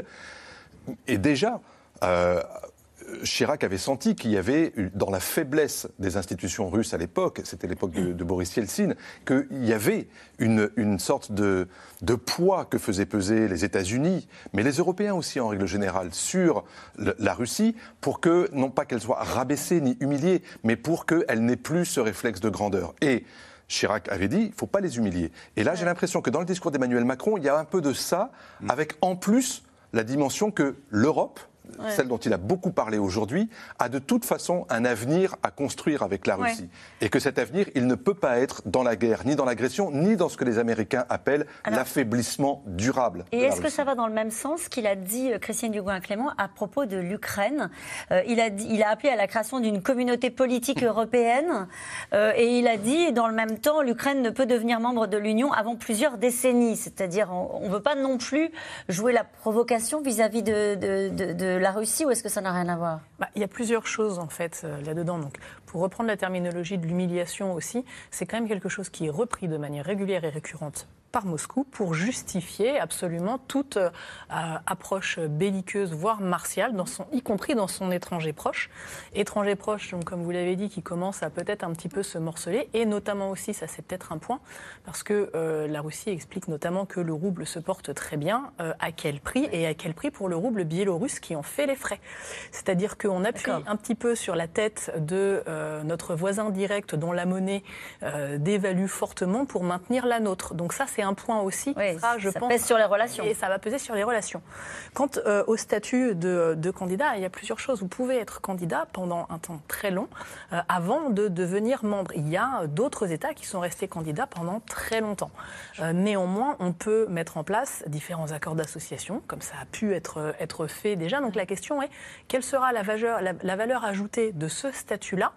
Et déjà, euh, Chirac avait senti qu'il y avait, dans la faiblesse des institutions russes à l'époque, c'était l'époque de, de Boris Yeltsin, qu'il y avait une, une sorte de, de poids que faisaient peser les États-Unis, mais les Européens aussi en règle générale, sur le, la Russie, pour que, non pas qu'elle soit rabaissée ni humiliée, mais pour qu'elle n'ait plus ce réflexe de grandeur. Et Chirac avait dit, il ne faut pas les humilier. Et là, j'ai l'impression que dans le discours d'Emmanuel Macron, il y a un peu de ça, avec en plus la dimension que l'Europe, ouais. celle dont il a beaucoup parlé aujourd'hui, a de toute façon un avenir à construire avec la Russie. Ouais. Et que cet avenir, il ne peut pas être dans la guerre, ni dans l'agression, ni dans ce que les Américains appellent Alors, l'affaiblissement durable. Et est-ce que ça va dans le même sens qu'il a dit euh, Christiane Dugouin-Clément à propos de l'Ukraine euh, il, a dit, il a appelé à la création d'une communauté politique européenne euh, et il a dit, dans le même temps, l'Ukraine ne peut devenir membre de l'Union avant plusieurs décennies. C'est-à-dire, on ne veut pas non plus jouer la provocation vis-à-vis de, de, de, de la Russie, ou est-ce que ça n'a rien à voir ? Bah, il y a plusieurs choses, en fait, euh, là-dedans. Donc, pour reprendre la terminologie de l'humiliation aussi, c'est quand même quelque chose qui est repris de manière régulière et récurrente par Moscou pour justifier absolument toute euh, approche belliqueuse, voire martiale, dans son, y compris dans son étranger proche. Étranger proche, donc, comme vous l'avez dit, qui commence à peut-être un petit peu se morceler, et notamment aussi, ça c'est peut-être un point, parce que euh, la Russie explique notamment que le rouble se porte très bien, euh, à quel prix, et à quel prix pour le rouble biélorusse qui en fait les frais. C'est-à-dire qu'on appuie D'accord. un petit peu sur la tête de euh, notre voisin direct dont la monnaie euh, dévalue fortement pour maintenir la nôtre. Donc ça, c'est un point aussi qui oui, sera, je ça pense... Ça pèse sur les relations. Et ça va peser sur les relations. Quant euh, au statut de, de candidat, il y a plusieurs choses. Vous pouvez être candidat pendant un temps très long euh, avant de devenir membre. Il y a d'autres États qui sont restés candidats pendant très longtemps. Euh, néanmoins, on peut mettre en place différents accords d'association, comme ça a pu être, être fait déjà. Donc la question est, quelle sera la valeur, la, la valeur ajoutée de ce statut-là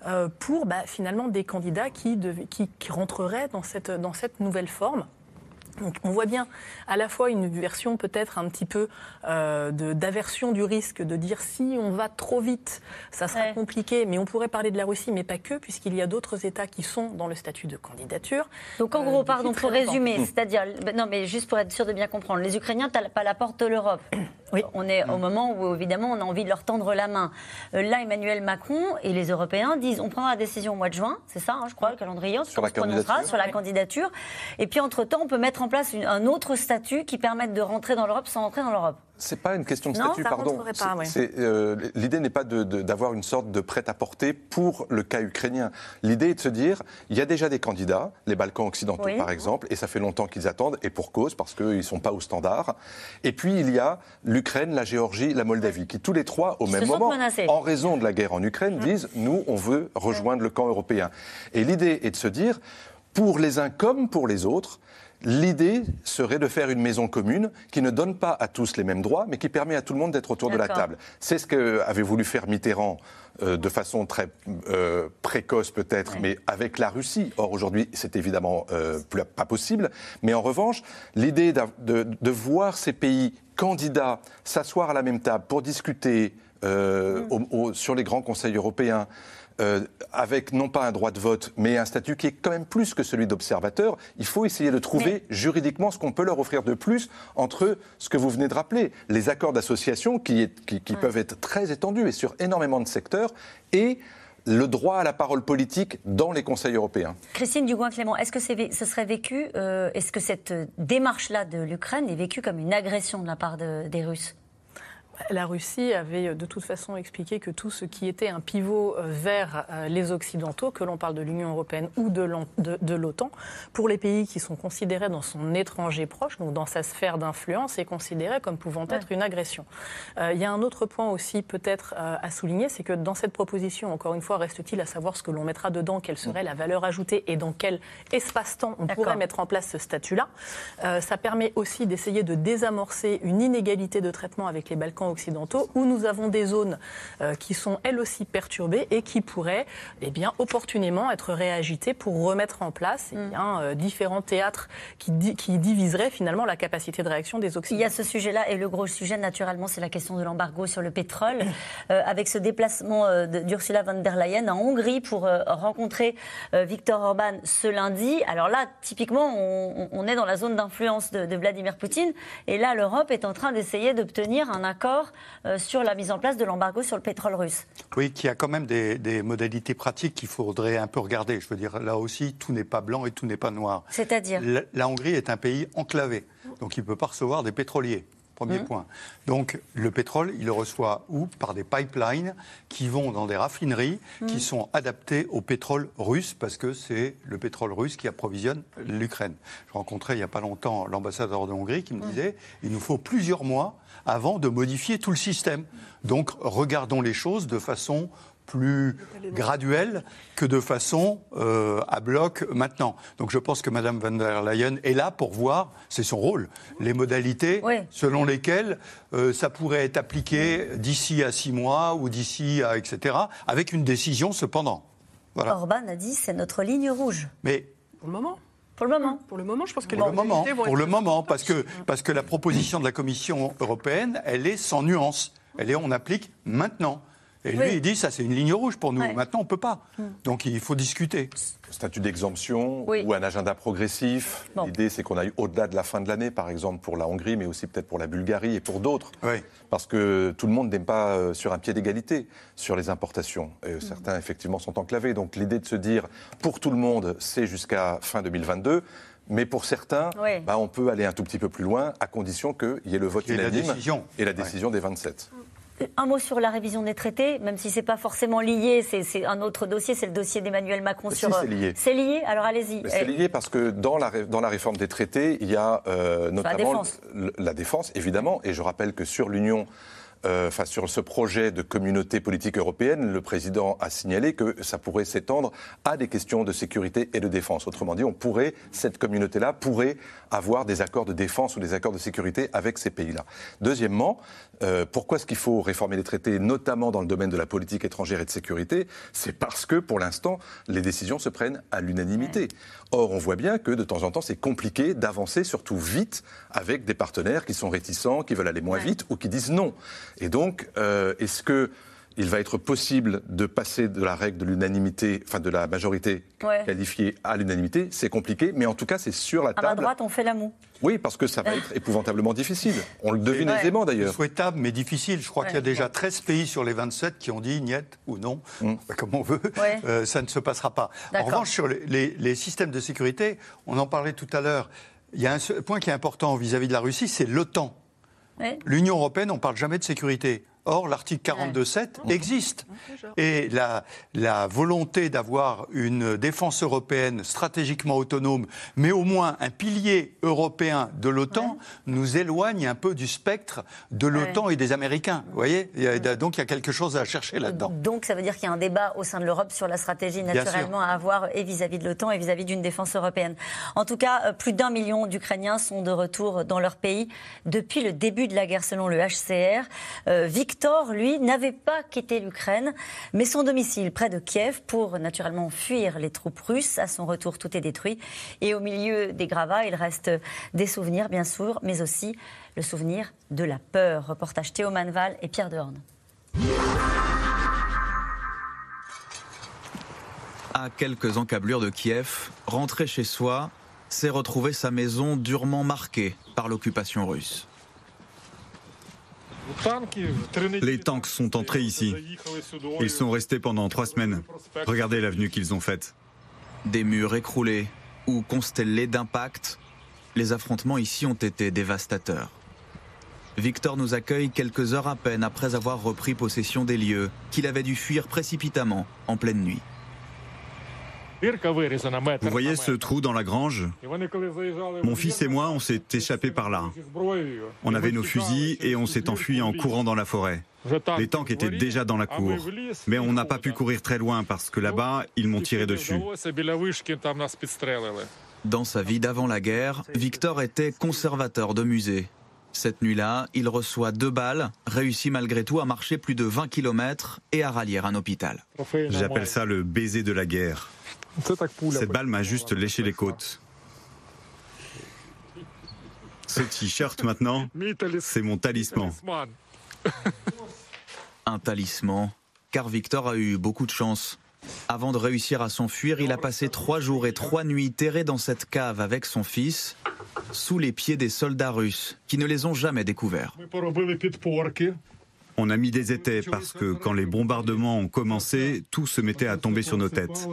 euh, pour bah, finalement des candidats qui, dev... qui, qui rentreraient dans cette, dans cette nouvelle forme. Donc on voit bien à la fois une version peut-être un petit peu euh, de, d'aversion du risque, de dire si on va trop vite, ça sera ouais. compliqué, mais on pourrait parler de la Russie, mais pas que, puisqu'il y a d'autres États qui sont dans le statut de candidature. Donc en euh, gros, pardon, pour résumer, mmh. c'est-à-dire, non mais juste pour être sûr de bien comprendre, les Ukrainiens tapent à la porte de l'Europe. Oui. On est au moment où évidemment on a envie de leur tendre la main. Euh, là, Emmanuel Macron et les Européens disent on prendra la décision au mois de juin, c'est ça, hein, je crois, le calendrier, on se prononcera sur la ouais. candidature, et puis entre-temps on peut mettre en place une, un autre statut qui permette de rentrer dans l'Europe sans rentrer dans l'Europe. C'est pas une question de non, statut, ça pardon. Pas, ouais. c'est, euh, l'idée n'est pas de, de, d'avoir une sorte de prêt-à-porter pour le cas ukrainien. L'idée est de se dire, il y a déjà des candidats, les Balkans occidentaux oui. par exemple, et ça fait longtemps qu'ils attendent, et pour cause, parce qu'ils ne sont pas au standard. Et puis il y a l'Ukraine, la Géorgie, la Moldavie, qui tous les trois, au même moment, menacés. en raison de la guerre en Ukraine, mmh. disent, nous, on veut rejoindre mmh. le camp européen. Et l'idée est de se dire, pour les uns comme pour les autres, l'idée serait de faire une maison commune qui ne donne pas à tous les mêmes droits, mais qui permet à tout le monde d'être autour D'accord. de la table. C'est ce qu'avait voulu faire Mitterrand euh, de façon très euh, précoce peut-être, oui. mais avec la Russie. Or, aujourd'hui, c'est évidemment euh, plus, pas possible. Mais en revanche, l'idée de, de, de voir ces pays candidats s'asseoir à la même table pour discuter euh, mm. au, au, sur les grands conseils européens, Euh, avec non pas un droit de vote, mais un statut qui est quand même plus que celui d'observateur, il faut essayer de trouver mais... juridiquement ce qu'on peut leur offrir de plus entre ce que vous venez de rappeler, les accords d'association qui, est, qui, qui ouais. peuvent être très étendus et sur énormément de secteurs, et le droit à la parole politique dans les conseils européens. Christine Dugouin-Clément, est-ce que c'est, ce serait vécu, euh, est-ce que cette démarche-là de l'Ukraine est vécue comme une agression de la part de, des Russes ? La Russie avait de toute façon expliqué que tout ce qui était un pivot vers les Occidentaux, que l'on parle de l'Union européenne ou de, de, de l'OTAN, pour les pays qui sont considérés dans son étranger proche, donc dans sa sphère d'influence, est considéré comme pouvant ouais. être une agression. Euh, il y a un autre point aussi peut-être euh, à souligner, c'est que dans cette proposition, encore une fois, reste-t-il à savoir ce que l'on mettra dedans, quelle serait la valeur ajoutée et dans quel espace-temps on D'accord. pourrait mettre en place ce statut-là. Euh, ça permet aussi d'essayer de désamorcer une inégalité de traitement avec les Balkans occidentaux, où nous avons des zones euh, qui sont elles aussi perturbées et qui pourraient eh bien, opportunément être réagitées pour remettre en place eh bien, euh, différents théâtres qui, di- qui diviseraient finalement la capacité de réaction des Occidentaux. Il y a ce sujet-là, et le gros sujet naturellement, c'est la question de l'embargo sur le pétrole, euh, avec ce déplacement euh, de, d'Ursula von der Leyen en Hongrie pour euh, rencontrer euh, Viktor Orban ce lundi. Alors là, typiquement, on, on est dans la zone d'influence de, de Vladimir Poutine, et là, l'Europe est en train d'essayer d'obtenir un accord Euh, sur la mise en place de l'embargo sur le pétrole russe. Oui, qui a quand même des, des modalités pratiques qu'il faudrait un peu regarder. Je veux dire, là aussi, tout n'est pas blanc et tout n'est pas noir. C'est-à-dire ? La, la Hongrie est un pays enclavé, donc il ne peut pas recevoir des pétroliers. Premier mmh. point. Donc, le pétrole, il le reçoit où ? Par des pipelines qui vont dans des raffineries mmh. qui sont adaptées au pétrole russe, parce que c'est le pétrole russe qui approvisionne l'Ukraine. Je rencontrais il n'y a pas longtemps l'ambassadeur de Hongrie qui me mmh. disait « il nous faut plusieurs mois avant de modifier tout le système. Donc, regardons les choses de façon plus graduelle que de façon euh, à bloc maintenant. Donc je pense que Mme von der Leyen est là pour voir, c'est son rôle, les modalités oui. selon lesquelles euh, ça pourrait être appliqué d'ici à six mois ou d'ici à et cetera, avec une décision cependant. Voilà. Orban a dit c'est notre ligne rouge. Mais pour le moment. Pour le moment. Pour le moment, je pense que pour les le moment, vont pour être le moment, parce que parce que la proposition de la Commission européenne, elle est sans nuance. Elle est, on applique maintenant. Et lui, oui. il dit, ça c'est une ligne rouge pour nous. Ouais. Maintenant, on ne peut pas. Mm. Donc, il faut discuter. Statut d'exemption oui. ou un agenda progressif. Bon. L'idée, c'est qu'on aille au-delà de la fin de l'année, par exemple, pour la Hongrie, mais aussi peut-être pour la Bulgarie et pour d'autres. Oui. Parce que tout le monde n'est pas euh, sur un pied d'égalité sur les importations. Et mm. certains, effectivement, sont enclavés. Donc, l'idée de se dire, pour tout le monde, c'est jusqu'à fin deux mille vingt-deux. Mais pour certains, oui. bah, on peut aller un tout petit peu plus loin, à condition qu'il y ait le vote et unanime la décision. et la décision ouais. des vingt-sept. Un mot sur la révision des traités, même si ce n'est pas forcément lié, c'est, c'est un autre dossier, c'est le dossier d'Emmanuel Macron Mais sur... Si, c'est lié. C'est lié, alors allez-y. Mais c'est lié parce que dans la, dans la réforme des traités, il y a euh, notamment la défense. La, la défense, évidemment, et je rappelle que sur l'Union euh, enfin, sur ce projet de communauté politique européenne, le président a signalé que ça pourrait s'étendre à des questions de sécurité et de défense. Autrement dit, on pourrait, cette communauté-là pourrait avoir des accords de défense ou des accords de sécurité avec ces pays-là. Deuxièmement, euh, pourquoi est-ce qu'il faut réformer les traités, notamment dans le domaine de la politique étrangère et de sécurité? C'est parce que, pour l'instant, les décisions se prennent à l'unanimité. Or, on voit bien que, de temps en temps, c'est compliqué d'avancer, surtout vite, avec des partenaires qui sont réticents, qui veulent aller moins vite ou qui disent non. Et donc, euh, est-ce que il va être possible de passer de la règle de l'unanimité, enfin de la majorité ouais. qualifiée à l'unanimité? C'est compliqué, mais en tout cas, c'est sur la table. À la droite, on fait la moue. Oui, parce que ça va être épouvantablement difficile. On le devine ouais. aisément, d'ailleurs. Souhaitable, mais difficile. Je crois ouais. qu'il y a déjà treize pays sur les vingt-sept qui ont dit niet ou non, mm. comme on veut. Ouais. Euh, ça ne se passera pas. En revanche, sur les, les, les systèmes de sécurité, on en parlait tout à l'heure, il y a un point qui est important vis-à-vis de la Russie, c'est l'OTAN. Ouais. L'Union européenne, on ne parle jamais de sécurité. Or, l'article quarante-deux sept ouais. existe. Et la, la volonté d'avoir une défense européenne stratégiquement autonome, mais au moins un pilier européen de l'OTAN, ouais. nous éloigne un peu du spectre de l'OTAN ouais. et des Américains. Vous voyez ? Il y a, donc, il y a quelque chose à chercher là-dedans. Donc, ça veut dire qu'il y a un débat au sein de l'Europe sur la stratégie, naturellement, à avoir et vis-à-vis de l'OTAN et vis-à-vis d'une défense européenne. En tout cas, plus d'un million d'Ukrainiens sont de retour dans leur pays depuis le début de la guerre, selon le H C R. Euh, Victor, lui, n'avait pas quitté l'Ukraine, mais son domicile près de Kiev pour naturellement fuir les troupes russes. À son retour, tout est détruit. Et au milieu des gravats, il reste des souvenirs, bien sûr, mais aussi le souvenir de la peur. Reportage Théo Manval et Pierre Dehorne. À quelques encablures de Kiev, rentrer chez soi, c'est retrouver sa maison durement marquée par l'occupation russe. Les tanks sont entrés ici. Ils sont restés pendant trois semaines. Regardez l'avenue qu'ils ont faite. Des murs écroulés ou constellés d'impacts, les affrontements ici ont été dévastateurs. Victor nous accueille quelques heures à peine après avoir repris possession des lieux qu'il avait dû fuir précipitamment en pleine nuit. Vous voyez ce trou dans la grange? Mon fils et moi, on s'est échappés par là. On avait nos fusils et on s'est enfui en courant dans la forêt. Les tanks étaient déjà dans la cour. Mais on n'a pas pu courir très loin parce que là-bas, ils m'ont tiré dessus. Dans sa vie d'avant la guerre, Victor était conservateur de musée. Cette nuit-là, il reçoit deux balles, réussit malgré tout à marcher plus de vingt kilomètres et à rallier un hôpital. J'appelle ça le baiser de la guerre. Cette balle m'a juste léché les côtes. Ce t-shirt maintenant, c'est mon talisman. Un talisman, car Victor a eu beaucoup de chance. Avant de réussir à s'enfuir, il a passé trois jours et trois nuits terrés dans cette cave avec son fils, sous les pieds des soldats russes, qui ne les ont jamais découverts. On a mis des étais parce que quand les bombardements ont commencé, tout se mettait à tomber sur nos têtes.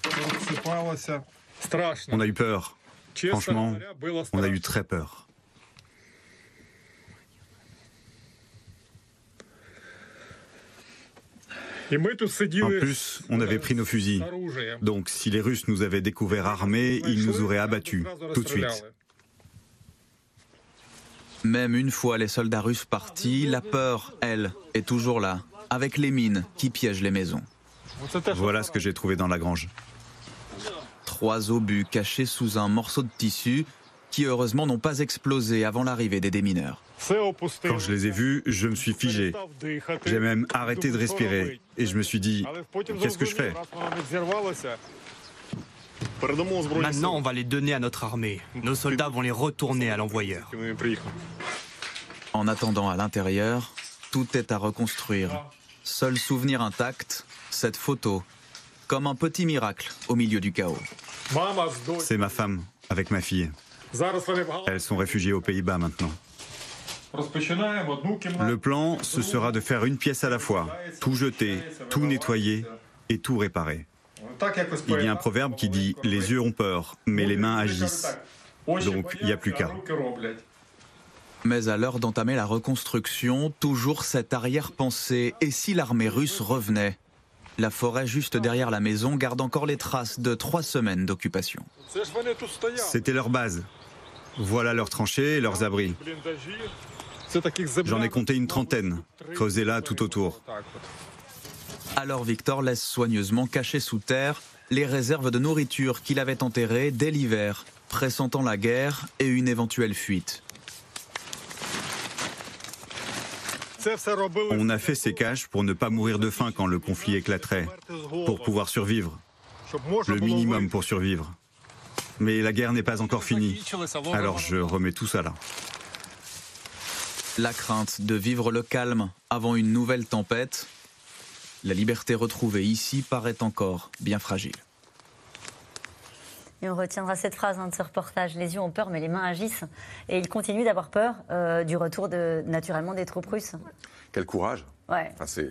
On a eu peur. Franchement, on a eu très peur. En plus, on avait pris nos fusils. Donc, si les Russes nous avaient découverts armés, ils nous auraient abattus, tout de suite. Même une fois les soldats russes partis, la peur, elle, est toujours là, avec les mines qui piègent les maisons. Voilà ce que j'ai trouvé dans la grange. Trois obus cachés sous un morceau de tissu qui heureusement n'ont pas explosé avant l'arrivée des démineurs. Quand je les ai vus, je me suis figé. J'ai même arrêté de respirer et je me suis dit, qu'est-ce que je fais ? Maintenant, on va les donner à notre armée. Nos soldats vont les retourner à l'envoyeur. En attendant à l'intérieur, tout est à reconstruire. Seul souvenir intact, cette photo, comme un petit miracle au milieu du chaos. C'est ma femme, avec ma fille. Elles sont réfugiées aux Pays-Bas maintenant. Le plan, ce sera de faire une pièce à la fois, tout jeter, tout nettoyer et tout réparer. Il y a un proverbe qui dit « les yeux ont peur, mais les mains agissent ». Donc, il n'y a plus qu'à. Mais à l'heure d'entamer la reconstruction, toujours cette arrière-pensée. Et si l'armée russe revenait ? La forêt juste derrière la maison garde encore les traces de trois semaines d'occupation. C'était leur base. Voilà leurs tranchées et leurs abris. J'en ai compté une trentaine, creusées là tout autour. Alors Victor laisse soigneusement cacher sous terre les réserves de nourriture qu'il avait enterrées dès l'hiver, pressentant la guerre et une éventuelle fuite. On a fait ces caches pour ne pas mourir de faim quand le conflit éclaterait, pour pouvoir survivre. Le minimum pour survivre. Mais la guerre n'est pas encore finie, alors je remets tout ça là. La crainte de vivre le calme avant une nouvelle tempête, la liberté retrouvée ici paraît encore bien fragile. Et on retiendra cette phrase hein, de ce reportage. Les yeux ont peur, mais les mains agissent. Et ils continuent d'avoir peur euh, du retour de, naturellement des troupes russes. Quel courage. Ouais. Enfin, c'est...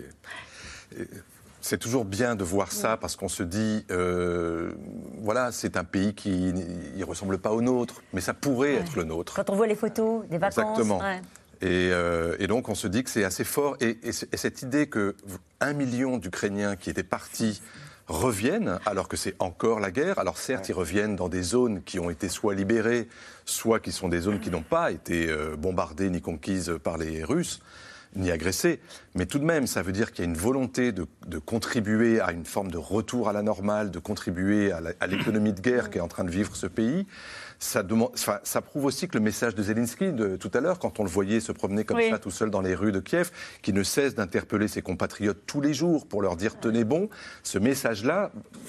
C'est toujours bien de voir ça parce qu'on se dit, euh, voilà, c'est un pays qui ne ressemble pas au nôtre, mais ça pourrait ouais. être le nôtre. Quand on voit les photos des vacances. Exactement. Ouais. Et, euh, et donc on se dit que c'est assez fort. Et, et, et cette idée que un million d'Ukrainiens qui étaient partis reviennent, alors que c'est encore la guerre. Alors certes, ils reviennent dans des zones qui ont été soit libérées, soit qui sont des zones qui n'ont pas été euh, bombardées ni conquises par les Russes, ni agressées. Mais tout de même, ça veut dire qu'il y a une volonté de, de contribuer à une forme de retour à la normale, de contribuer à l'économie de guerre qu'est en train de vivre ce pays. Ça, demande, enfin, ça prouve aussi que le message de Zelensky de tout à l'heure, quand on le voyait se promener comme oui. ça tout seul dans les rues de Kiev, qui ne cesse d'interpeller ses compatriotes tous les jours pour leur dire « tenez bon », ce message-là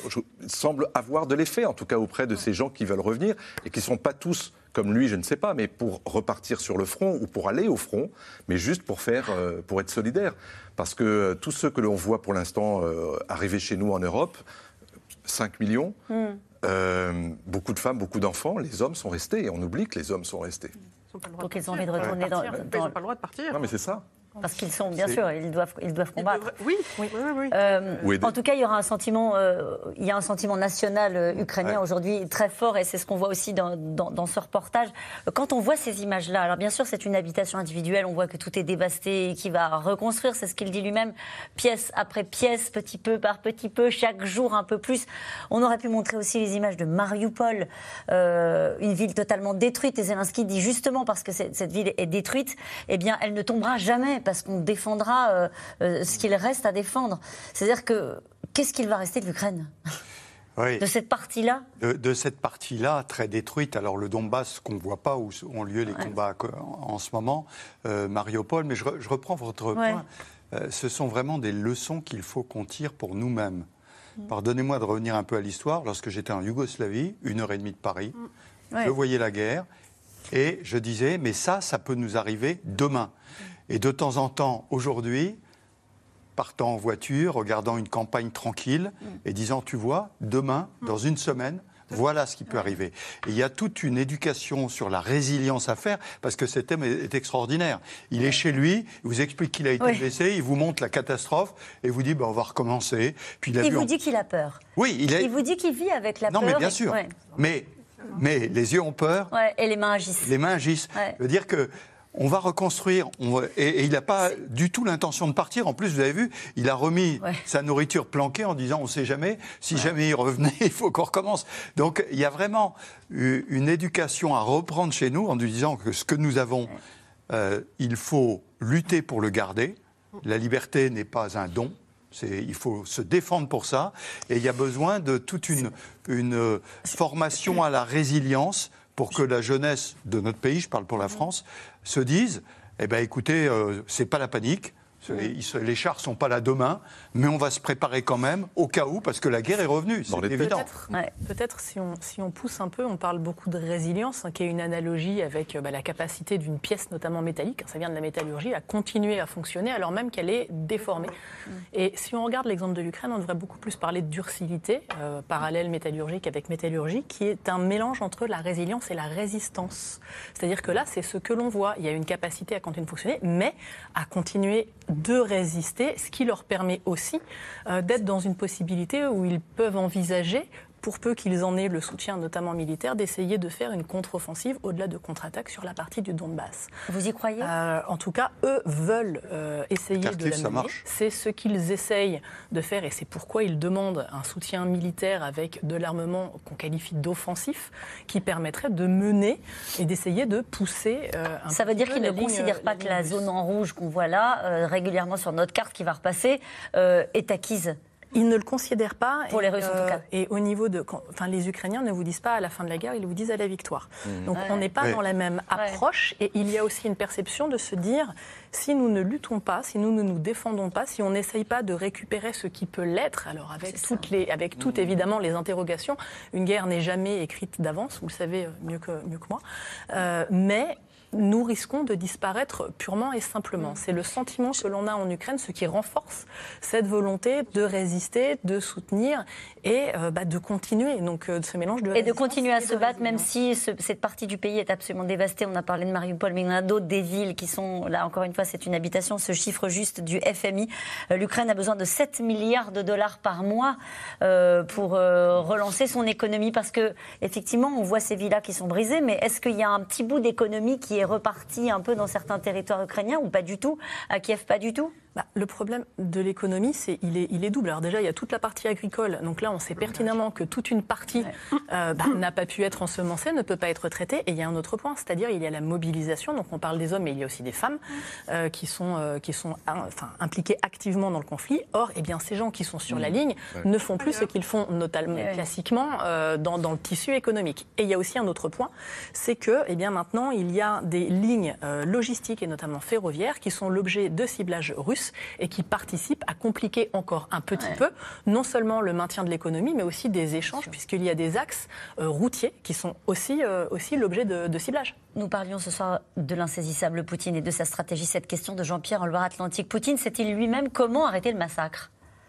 semble avoir de l'effet, en tout cas auprès de ces gens qui veulent revenir et qui ne sont pas tous comme lui, je ne sais pas, mais pour repartir sur le front ou pour aller au front, mais juste pour faire, euh, pour être solidaire. Parce que euh, tous ceux que l'on voit pour l'instant euh, arriver chez nous en Europe, cinq millions, mm. euh, beaucoup de femmes, beaucoup d'enfants, les hommes sont restés et on oublie que les hommes sont restés. Donc ils ont envie de retourner dans, dans... Ils n'ont pas le droit de partir. Non mais c'est ça. Parce qu'ils sont, bien sûr, ils doivent, ils doivent combattre. Ils oui, oui, oui. oui. Euh, oui en tout cas, il y aura un sentiment, euh, il y a un sentiment national euh, ukrainien ouais. aujourd'hui très fort, et c'est ce qu'on voit aussi dans, dans, dans ce reportage. Quand on voit ces images-là, alors bien sûr, c'est une habitation individuelle, on voit que tout est dévasté, et qu'il va reconstruire, c'est ce qu'il dit lui-même, pièce après pièce, petit peu par petit peu, chaque jour un peu plus. On aurait pu montrer aussi les images de Mariupol, euh, une ville totalement détruite, et Zelensky dit justement parce que cette, cette ville est détruite, eh bien, elle ne tombera jamais. Parce qu'on défendra euh, euh, ce qu'il reste à défendre. C'est-à-dire que, qu'est-ce qu'il va rester de l'Ukraine ? Oui. De cette partie-là de, de cette partie-là, très détruite. Alors le Donbass, qu'on ne voit pas, où ont lieu les ouais. combats en, en ce moment, euh, Mariupol, mais je, re, je reprends votre ouais. point. Euh, ce sont vraiment des leçons qu'il faut qu'on tire pour nous-mêmes. Mmh. Pardonnez-moi de revenir un peu à l'histoire. Lorsque j'étais en Yougoslavie, une heure et demie de Paris, mmh. ouais. je voyais la guerre et je disais, mais ça, ça peut nous arriver demain. Et de temps en temps, aujourd'hui, partant en voiture, regardant une campagne tranquille et disant, tu vois, demain, dans une semaine, voilà ce qui peut arriver. Et il y a toute une éducation sur la résilience à faire, parce que cet homme est extraordinaire. Il est chez lui, il vous explique qu'il a été oui. blessé, il vous montre la catastrophe, et vous dit, ben, on va recommencer. Puis il a il vu vous en... dit qu'il a peur. Oui, il, a... il vous dit qu'il vit avec la non, peur. Non, mais bien et... sûr. Ouais. Mais, mais les yeux ont peur. Ouais, et les mains agissent. Les mains agissent. Ouais. Je veux dire que on va reconstruire, on va, et, et il n'a pas du tout l'intention de partir. En plus, vous avez vu, il a remis ouais. sa nourriture planquée en disant on ne sait jamais, si ouais. jamais il revenait, il faut qu'on recommence. Donc il y a vraiment une éducation à reprendre chez nous en nous disant que ce que nous avons, euh, il faut lutter pour le garder. La liberté n'est pas un don. C'est, il faut se défendre pour ça. Et il y a besoin de toute une, une formation à la résilience pour que la jeunesse de notre pays, je parle pour la France, se dise, eh ben, écoutez, euh, c'est pas la panique, les chars sont pas là demain, mais on va se préparer quand même, au cas où, parce que la guerre est revenue, c'est évident. Peut-être, ouais. peut-être si, on, si on pousse un peu, on parle beaucoup de résilience, hein, qui est une analogie avec bah, la capacité d'une pièce, notamment métallique, hein, ça vient de la métallurgie, à continuer à fonctionner alors même qu'elle est déformée. Mmh. Et si on regarde l'exemple de l'Ukraine, on devrait beaucoup plus parler de durcilité, euh, parallèle métallurgique avec métallurgie, qui est un mélange entre la résilience et la résistance. C'est-à-dire que là, c'est ce que l'on voit. Il y a une capacité à continuer de fonctionner, mais à continuer de résister, ce qui leur permet aussi euh, d'être dans une possibilité où ils peuvent envisager pour peu qu'ils en aient le soutien, notamment militaire, d'essayer de faire une contre-offensive au-delà de contre-attaque sur la partie du Donbass. Vous y croyez ? euh, En tout cas, eux veulent euh, essayer Kharkiv, de la mener. C'est ce qu'ils essayent de faire et c'est pourquoi ils demandent un soutien militaire avec de l'armement qu'on qualifie d'offensif qui permettrait de mener et d'essayer de pousser euh, un Ça veut dire qu'ils ne considèrent pas que la zone en rouge qu'on voit là, euh, régulièrement sur notre carte qui va repasser, euh, est acquise. Ils ne le considèrent pas. Pour et, les Russes, en tout cas. Et au niveau de... Enfin, les Ukrainiens ne vous disent pas à la fin de la guerre, ils vous disent à la victoire. Mmh. Donc, ouais. on n'est pas ouais. dans la même approche. Ouais. Et il y a aussi une perception de se dire, si nous ne luttons pas, si nous ne nous défendons pas, si on n'essaye pas de récupérer ce qui peut l'être, alors avec C'est toutes, les, avec toutes mmh. évidemment, les interrogations, une guerre n'est jamais écrite d'avance, vous le savez mieux que, mieux que moi. Euh, mais... nous risquons de disparaître purement et simplement. C'est le sentiment que l'on a en Ukraine, ce qui renforce cette volonté de résister, de soutenir et euh, bah, de continuer. Donc, euh, ce mélange de et de continuer à se battre, même si ce, cette partie du pays est absolument dévastée. On a parlé de Mariupol, mais il y en a d'autres, des villes qui sont, là encore une fois, c'est une habitation. Ce chiffre juste du F M I, euh, l'Ukraine a besoin de sept milliards de dollars par mois euh, pour euh, relancer son économie. Parce que, effectivement, on voit ces villas qui sont brisées, mais est-ce qu'il y a un petit bout d'économie qui est reparti un peu dans certains territoires ukrainiens ou pas du tout? À Kiev, pas du tout? Bah, le problème de l'économie, c'est il est, il est double. Alors déjà, il y a toute la partie agricole. Donc là, on sait pertinemment que toute une partie euh, bah, n'a pas pu être ensemencée, ne peut pas être traitée. Et il y a un autre point, c'est-à-dire il y a la mobilisation. Donc on parle des hommes, mais il y a aussi des femmes euh, qui sont, euh, qui sont enfin, impliquées activement dans le conflit. Or, eh bien, ces gens qui sont sur la ligne ouais. ne font plus ce qu'ils font notamment ouais. classiquement euh, dans, dans le tissu économique. Et il y a aussi un autre point, c'est que eh bien, maintenant, il y a des lignes euh, logistiques et notamment ferroviaires qui sont l'objet de ciblage russe et qui participent à compliquer encore un petit ouais. peu, non seulement le maintien de l'économie, mais aussi des échanges, puisqu'il y a des axes euh, routiers qui sont aussi, euh, aussi l'objet de, de ciblage. Nous parlions ce soir de l'insaisissable Poutine et de sa stratégie. Cette question de Jean-Pierre en Loire-Atlantique. Poutine sait-il lui-même comment arrêter le massacre ?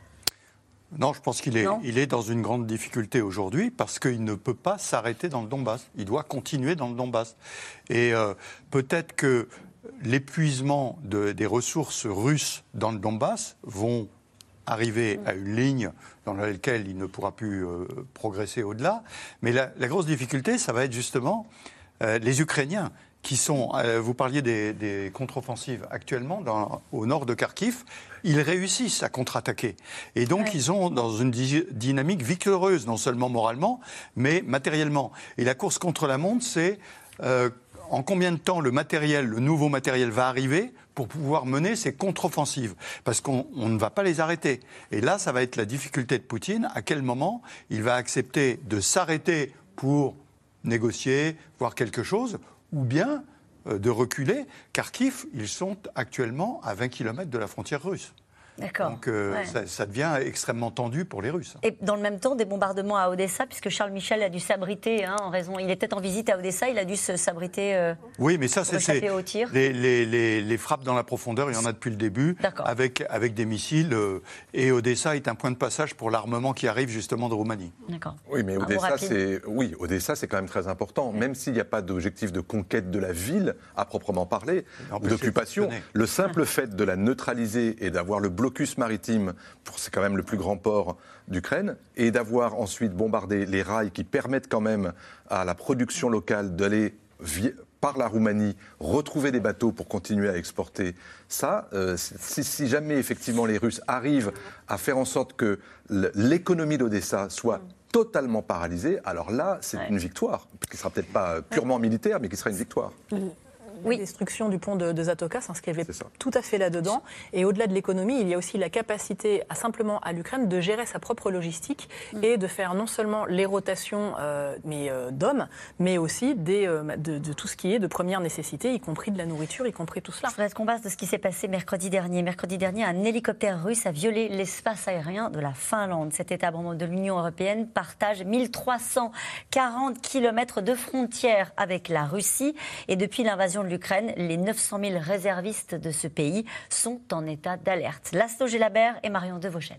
Non, je pense qu'il est, il est dans une grande difficulté aujourd'hui parce qu'il ne peut pas s'arrêter dans le Donbass. Il doit continuer dans le Donbass. Et euh, peut-être que l'épuisement de, des ressources russes dans le Donbass vont arriver à une ligne dans laquelle il ne pourra plus euh, progresser au-delà. Mais la, la grosse difficulté, ça va être justement euh, les Ukrainiens qui sont, euh, vous parliez des, des contre-offensives actuellement dans, au nord de Kharkiv, ils réussissent à contre-attaquer. Et donc, ouais. ils sont dans une di- dynamique victorieuse, non seulement moralement, mais matériellement. Et la course contre la montre, c'est... Euh, en combien de temps le matériel, le nouveau matériel va arriver pour pouvoir mener ces contre-offensives? Parce qu'on on ne va pas les arrêter. Et là, ça va être la difficulté de Poutine. À quel moment il va accepter de s'arrêter pour négocier, voir quelque chose, ou bien euh, de reculer? Kharkiv, ils sont actuellement à vingt kilomètres de la frontière russe. D'accord. Donc euh, ouais. ça, ça devient extrêmement tendu pour les Russes. Et dans le même temps, des bombardements à Odessa, puisque Charles Michel a dû s'abriter, hein, en raison. Il était en visite à Odessa, il a dû se s'abriter. Euh, oui, mais ça, c'est, c'est les, les, les, les frappes dans la profondeur. Il y en a depuis le début, avec avec des missiles. Euh, et Odessa est un point de passage pour l'armement qui arrive justement de Roumanie. D'accord. Oui, mais Odessa, c'est oui, Odessa, c'est quand même très important. Oui. Même s'il n'y a pas d'objectif de conquête de la ville à proprement parler, ou d'occupation, le simple ouais. fait de la neutraliser et d'avoir le blocus maritime, c'est quand même le plus grand port d'Ukraine, et d'avoir ensuite bombardé les rails qui permettent quand même à la production locale d'aller via, par la Roumanie, retrouver des bateaux pour continuer à exporter ça. Euh, si, si jamais effectivement les Russes arrivent à faire en sorte que l'économie d'Odessa soit totalement paralysée, alors là, c'est ouais. une victoire, qui ne sera peut-être pas purement militaire, mais qui sera une victoire. Oui. La destruction du pont de, de Zatoka, c'est ce qu'il y avait tout à fait là-dedans. Et au-delà de l'économie, il y a aussi la capacité à simplement à l'Ukraine de gérer sa propre logistique mm. et de faire non seulement les rotations euh, mais, euh, d'hommes, mais aussi des, euh, de, de tout ce qui est de première nécessité, y compris de la nourriture, y compris tout cela. Je voudrais qu'on passe de ce qui s'est passé mercredi dernier. Mercredi dernier, un hélicoptère russe a violé l'espace aérien de la Finlande. Cet État membre de l'Union européenne partage mille trois cent quarante kilomètres de frontières avec la Russie. Et depuis l'invasion de l'Ukraine, les neuf cent mille réservistes de ce pays sont en état d'alerte. Laszlo Gelabert et Marion Devauchel.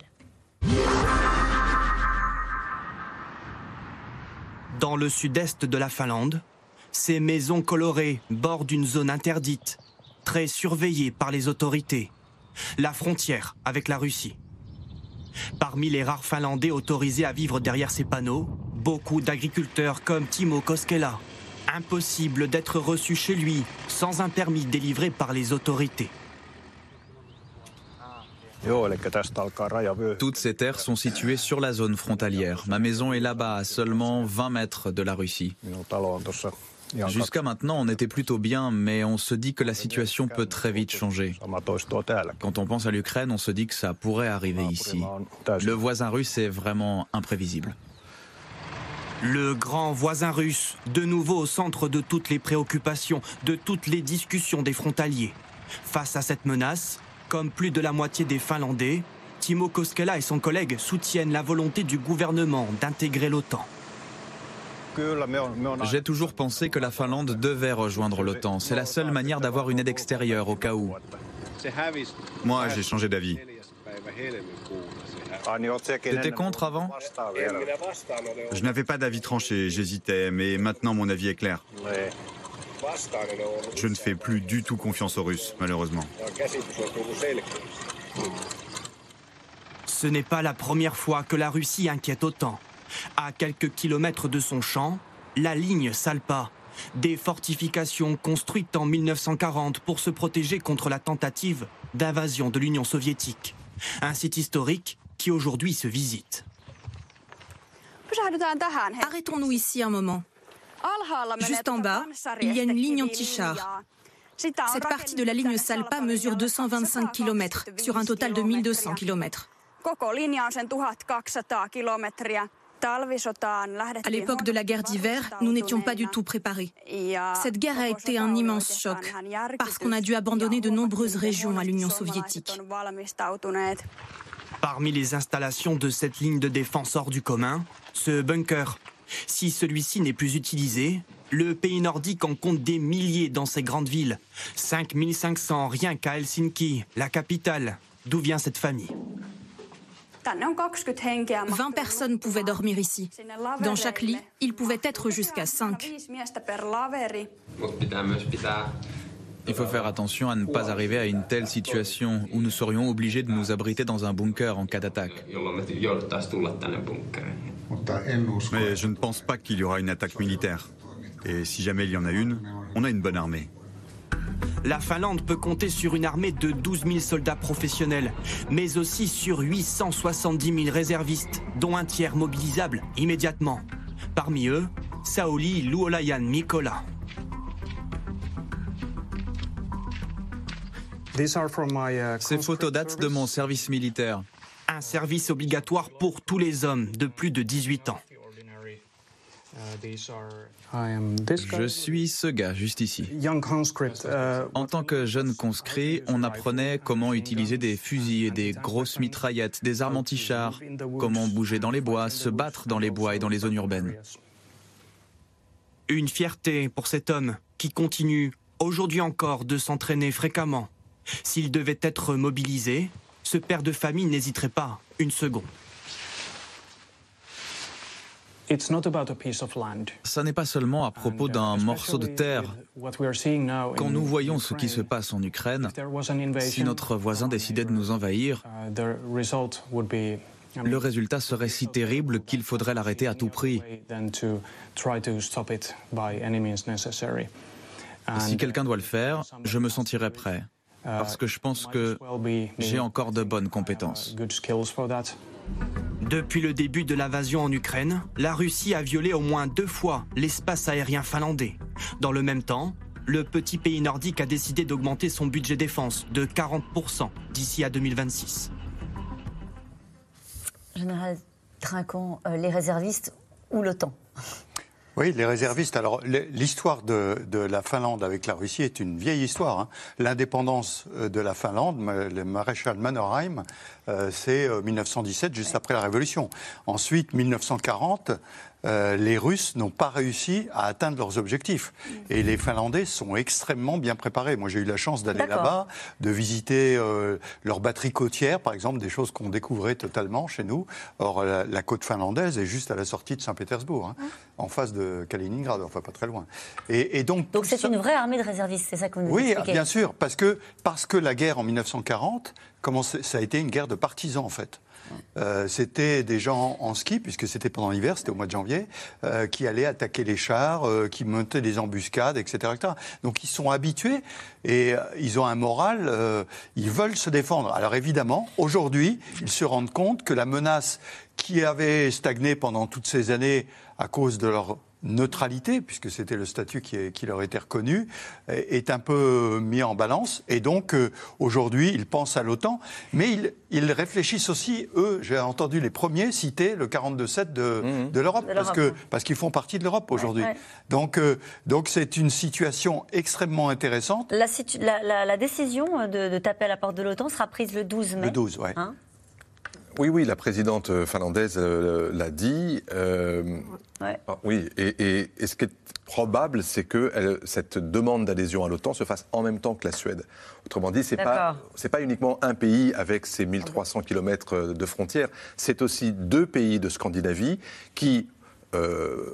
Dans le sud-est de la Finlande, ces maisons colorées bordent une zone interdite, très surveillée par les autorités, la frontière avec la Russie. Parmi les rares Finlandais autorisés à vivre derrière ces panneaux, beaucoup d'agriculteurs comme Timo Koskela. Impossible d'être reçu chez lui sans un permis délivré par les autorités. Toutes ces terres sont situées sur la zone frontalière. Ma maison est là-bas, à seulement vingt mètres de la Russie. Jusqu'à maintenant, on était plutôt bien, mais on se dit que la situation peut très vite changer. Quand on pense à l'Ukraine, on se dit que ça pourrait arriver ici. Le voisin russe est vraiment imprévisible. Le grand voisin russe, de nouveau au centre de toutes les préoccupations, de toutes les discussions des frontaliers. Face à cette menace, comme plus de la moitié des Finlandais, Timo Koskela et son collègue soutiennent la volonté du gouvernement d'intégrer l'OTAN. J'ai toujours pensé que la Finlande devait rejoindre l'OTAN. C'est la seule manière d'avoir une aide extérieure au cas où. Moi, j'ai changé d'avis. T'étais contre avant? Je n'avais pas d'avis tranché, j'hésitais, mais maintenant mon avis est clair. Je ne fais plus du tout confiance aux Russes, malheureusement. Ce n'est pas la première fois que la Russie inquiète autant. À quelques kilomètres de son champ, la ligne Salpa, des fortifications construites en mille neuf cent quarante pour se protéger contre la tentative d'invasion de l'Union soviétique. Un site historique qui aujourd'hui se visite. Arrêtons-nous ici un moment. Juste en bas, il y a une ligne anti-char. Cette partie de la ligne Salpa mesure deux cent vingt-cinq kilomètres sur un total de mille deux cents kilomètres. À l'époque de la guerre d'hiver, nous n'étions pas du tout préparés. Cette guerre a été un immense choc parce qu'on a dû abandonner de nombreuses régions à l'Union soviétique. Parmi les installations de cette ligne de défense hors du commun, ce bunker. Si celui-ci n'est plus utilisé, le pays nordique en compte des milliers dans ces grandes villes. cinq mille cinq cents rien qu'à Helsinki, la capitale. D'où vient cette famille? vingt personnes pouvaient dormir ici. Dans chaque lit, il pouvait être jusqu'à cinq. Il faut faire attention à ne pas arriver à une telle situation où nous serions obligés de nous abriter dans un bunker en cas d'attaque. Mais je ne pense pas qu'il y aura une attaque militaire. Et si jamais il y en a une, on a une bonne armée. La Finlande peut compter sur une armée de douze mille soldats professionnels, mais aussi sur huit cent soixante-dix mille réservistes, dont un tiers mobilisables immédiatement. Parmi eux, Sauli Luolayan Mikola. Ces photos datent de mon service militaire. Un service obligatoire pour tous les hommes de plus de dix-huit ans. Je suis ce gars, juste ici. En tant que jeune conscrit, on apprenait comment utiliser des fusils et des grosses mitraillettes, des armes anti-chars, comment bouger dans les bois, se battre dans les bois et dans les zones urbaines. Une fierté pour cet homme qui continue, aujourd'hui encore, de s'entraîner fréquemment. S'il devait être mobilisé, ce père de famille n'hésiterait pas une seconde. Ça n'est pas seulement à propos d'un morceau de terre. Quand nous voyons ce qui se passe en Ukraine, si notre voisin décidait de nous envahir, le résultat serait si terrible qu'il faudrait l'arrêter à tout prix. Si quelqu'un doit le faire, je me sentirai prêt, parce que je pense que j'ai encore de bonnes compétences. Depuis le début de l'invasion en Ukraine, la Russie a violé au moins deux fois l'espace aérien finlandais. Dans le même temps, le petit pays nordique a décidé d'augmenter son budget défense de quarante pour cent d'ici à deux mille vingt-six. Général Trinquant, euh, les réservistes ou l'OTAN? Oui, les réservistes. Alors, l'histoire de, de la Finlande avec la Russie est une vieille histoire. Hein. L'indépendance de la Finlande, le maréchal Mannerheim, euh, c'est mille neuf cent dix-sept, juste après la Révolution. Ensuite, mille neuf cent quarante, euh, les Russes n'ont pas réussi à atteindre leurs objectifs. Et les Finlandais sont extrêmement bien préparés. Moi, j'ai eu la chance d'aller là-bas, de visiter euh, leur batterie côtière, par exemple, des choses qu'on découvrait totalement chez nous. Or, la, la côte finlandaise est juste à la sortie de Saint-Pétersbourg, hein, en face de Kaliningrad, enfin pas très loin. Et, et donc, donc c'est ça... une vraie armée de réservistes, c'est ça que vous nous oui, expliquez? Bien sûr, parce que, parce que la guerre en mille neuf cent quarante, comment ça a été une guerre de partisans, en fait. Euh, c'était des gens en ski, puisque c'était pendant l'hiver, c'était au mois de janvier, euh, qui allaient attaquer les chars, euh, qui montaient des embuscades, et cetera, et cetera. Donc ils sont habitués et euh, ils ont un moral, euh, ils veulent se défendre. Alors évidemment, aujourd'hui, ils se rendent compte que la menace qui avait stagné pendant toutes ces années à cause de leur neutralité, puisque c'était le statut qui, est, qui leur était reconnu, est un peu mis en balance. Et donc, euh, aujourd'hui, ils pensent à l'OTAN, mais ils, ils réfléchissent aussi, eux, j'ai entendu les premiers citer le quarante-deux sept de, mmh. de l'Europe, parce, que, parce qu'ils font partie de l'Europe aujourd'hui. Ouais, ouais. Donc, euh, donc, c'est une situation extrêmement intéressante. La, situ- la, la, la décision de, de taper à la porte de l'OTAN sera prise le douze mai. Le douze, oui. Hein Oui, oui, la présidente finlandaise euh, l'a dit. Euh, ouais. ah, oui, et, et, et ce qui est probable, c'est que elle, cette demande d'adhésion à l'OTAN se fasse en même temps que la Suède. Autrement dit, c'est pas, c'est pas uniquement un pays avec ses mille trois cents kilomètres de frontières, c'est aussi deux pays de Scandinavie qui, euh,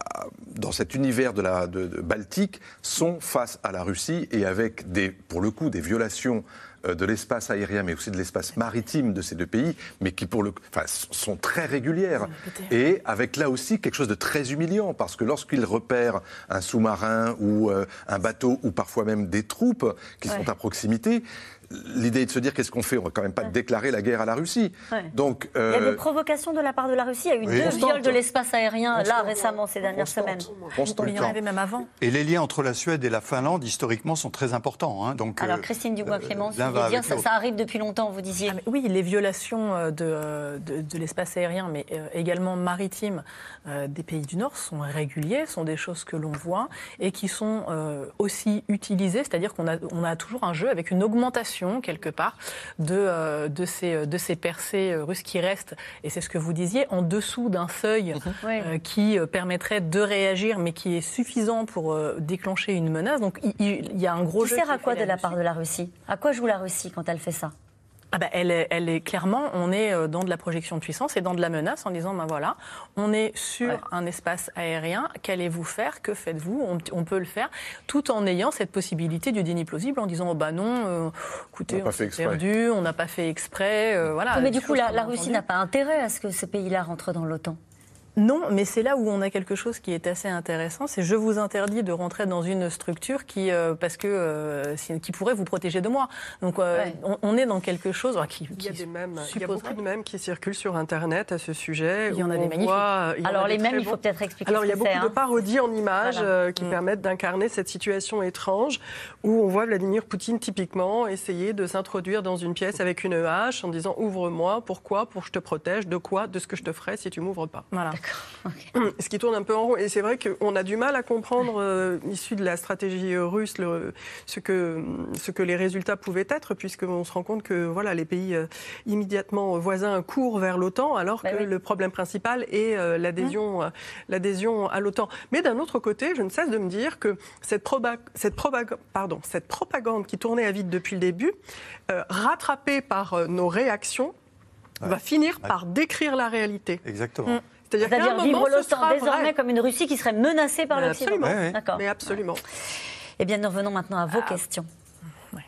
dans cet univers de la de, de Baltique, sont face à la Russie et avec, des, pour le coup, des violations de l'espace aérien, mais aussi de l'espace maritime de ces deux pays, mais qui pour le, enfin, sont très régulières. Et avec là aussi quelque chose de très humiliant, parce que lorsqu'ils repèrent un sous-marin ou euh, un bateau, ou parfois même des troupes qui ouais. sont à proximité, l'idée est de se dire qu'est-ce qu'on fait ? On ne va quand même pas ouais. déclarer la guerre à la Russie. Ouais. Donc, euh... Il y a des provocations de la part de la Russie. Il y a eu oui. deux Constante. viols de l'espace aérien Constante. là récemment, ces dernières Constante. semaines. Constante. Il y en avait même avant. Et les liens entre la Suède et la Finlande, historiquement, sont très importants. Hein. Donc, Alors, Christine Dubois-Clément, euh, vous dire, ça, ça arrive depuis longtemps, vous disiez. Ah, oui, les violations de, de, de l'espace aérien, mais euh, également maritime euh, des pays du Nord sont réguliers, sont des choses que l'on voit et qui sont euh, aussi utilisées, c'est-à-dire qu'on a, on a toujours un jeu avec une augmentation, quelque part, De, euh, de, ces, de ces percées russes qui restent, et c'est ce que vous disiez, en dessous d'un seuil mmh. euh, qui euh, permettrait de réagir, mais qui est suffisant pour euh, déclencher une menace. Donc il, il y a un gros qui jeu. Qui sert à qui quoi de la part de la Russie ? À quoi joue la Russie quand elle fait ça ? Ah ben, elle est, elle est clairement, on est dans de la projection de puissance et dans de la menace en disant, ben voilà, on est sur ouais. un espace aérien, qu'allez-vous faire, que faites-vous, on, on peut le faire, tout en ayant cette possibilité du déni plausible en disant, oh ben non, euh, écoutez, on, on s'est perdu, on n'a pas fait exprès, euh, voilà. Mais du coup, la, la Russie n'a pas intérêt à ce que ce pays-là rentre dans l'OTAN. Non, mais c'est là où on a quelque chose qui est assez intéressant, c'est je vous interdis de rentrer dans une structure qui, euh, parce que, euh, qui pourrait vous protéger de moi. Donc euh, ouais. on, on est dans quelque chose alors, qui, qui il y a des mèmes, il y a beaucoup de mèmes qui circulent sur Internet à ce sujet. Il y en a des magnifiques. Voit, alors les mèmes, il faut peut-être expliquer. Alors ce il y a que beaucoup c'est, de hein. parodies en images voilà. euh, qui mmh. permettent d'incarner cette situation étrange où on voit Vladimir Poutine typiquement essayer de s'introduire dans une pièce avec une hache en disant ouvre-moi, pourquoi ? Pour que je te protège, de quoi ? De ce que je te ferai si tu m'ouvres pas. Voilà. D'accord. Okay. Ce qui tourne un peu en rond. Et c'est vrai qu'on a du mal à comprendre, euh, issu de la stratégie russe, le, ce, que, ce que les résultats pouvaient être, puisqu'on se rend compte que voilà, les pays euh, immédiatement voisins courent vers l'OTAN, alors bah que oui. le problème principal est euh, l'adhésion, mmh. euh, l'adhésion à l'OTAN. Mais d'un autre côté, je ne cesse de me dire que cette, proba- cette, proba- pardon, cette propagande qui tournait à vide depuis le début, euh, rattrapée par euh, nos réactions, ouais. va finir ouais. par décrire la réalité. Exactement. Mmh. C'est-à-dire, C'est-à-dire moment, vivre l'OTAN désormais vrai. comme une Russie qui serait menacée par mais l'Occident. Absolument. Ouais, ouais. D'accord. Mais absolument. Eh bien, nous revenons maintenant à vos ah. questions. Ouais.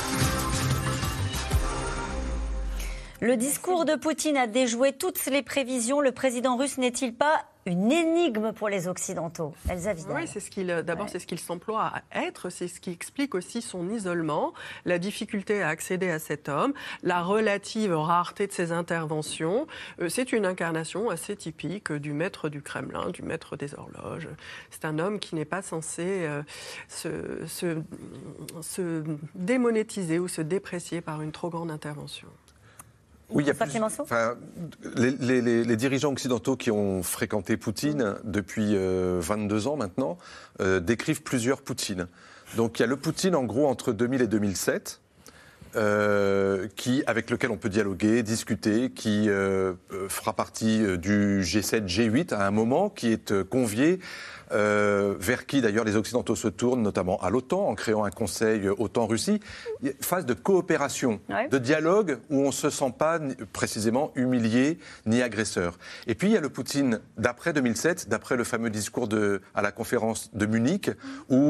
Le discours de Poutine a déjoué toutes les prévisions. Le président russe n'est-il pas une énigme pour les Occidentaux ? Elsa Vidal. Oui, c'est ce qu'il, d'abord, ouais. c'est ce qu'il s'emploie à être. C'est ce qui explique aussi son isolement, la difficulté à accéder à cet homme, la relative rareté de ses interventions. C'est une incarnation assez typique du maître du Kremlin, du maître des horloges. C'est un homme qui n'est pas censé euh, se, se, se démonétiser ou se déprécier par une trop grande intervention. Oui, il y a plus, enfin, les, les, les dirigeants occidentaux qui ont fréquenté Poutine depuis euh, vingt-deux ans maintenant euh, décrivent plusieurs Poutines. Donc il y a le Poutine en gros entre deux mille et deux mille sept, euh, qui, avec lequel on peut dialoguer, discuter, qui euh, fera partie du G sept, G huit à un moment, qui est convié, euh, vers qui d'ailleurs les Occidentaux se tournent, notamment à l'OTAN, en créant un conseil OTAN-Russie, phase de coopération, ouais. de dialogue où on ne se sent pas précisément humilié ni agresseur. Et puis il y a le Poutine d'après deux mille sept, d'après le fameux discours de, à la conférence de Munich, où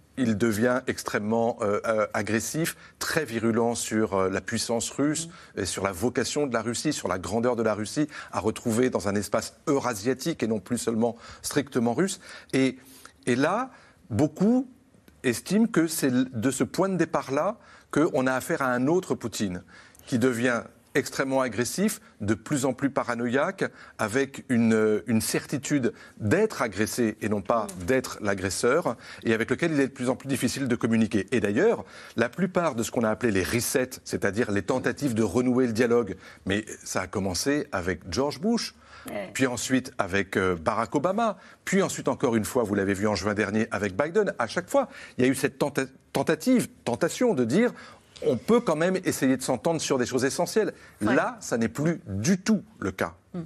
il devient extrêmement euh, euh, agressif, très virulent sur euh, la puissance russe mmh. et sur la vocation de la Russie, sur la grandeur de la Russie, à retrouver dans un espace eurasiatique et non plus seulement strictement russe. Et, et là, beaucoup estiment que c'est de ce point de départ-là qu'on a affaire à un autre Poutine, qui devient extrêmement agressif, de plus en plus paranoïaque, avec une, une certitude d'être agressé et non pas d'être l'agresseur, et avec lequel il est de plus en plus difficile de communiquer. Et d'ailleurs, la plupart de ce qu'on a appelé les resets, c'est-à-dire les tentatives de renouer le dialogue, mais ça a commencé avec George Bush, ouais. puis ensuite avec Barack Obama, puis ensuite encore une fois, vous l'avez vu en juin dernier, avec Biden. À chaque fois, il y a eu cette tenta- tentative, tentation de dire on peut quand même essayer de s'entendre sur des choses essentielles. Ouais. Là, ça n'est plus du tout le cas. Hum.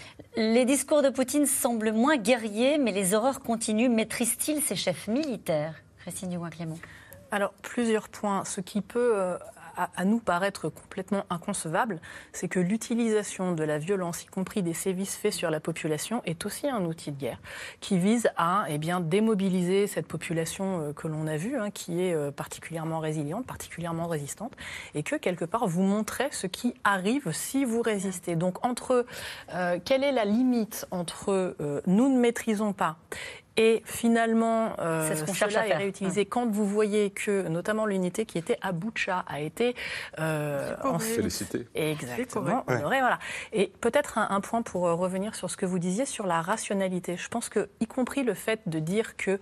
Les discours de Poutine semblent moins guerriers, mais les horreurs continuent. Maîtrise-t-il ses chefs militaires ? Christine Dugouin-Clément. Alors, plusieurs points. Ce qui peut... Euh... à nous paraître complètement inconcevable, c'est que l'utilisation de la violence, y compris des sévices faits sur la population, est aussi un outil de guerre qui vise à eh bien, démobiliser cette population que l'on a vue, hein, qui est particulièrement résiliente, particulièrement résistante, et que, quelque part, vous montrez ce qui arrive si vous résistez. Donc, entre euh, quelle est la limite entre euh, nous ne maîtrisons pas et finalement, euh, ce cela est réutilisé. Quand vous voyez que, notamment l'unité qui était à Boutcha, a été euh, félicité. Exactement. Honoré, voilà. Et peut-être un, un point pour revenir sur ce que vous disiez sur la rationalité. Je pense que, y compris le fait de dire que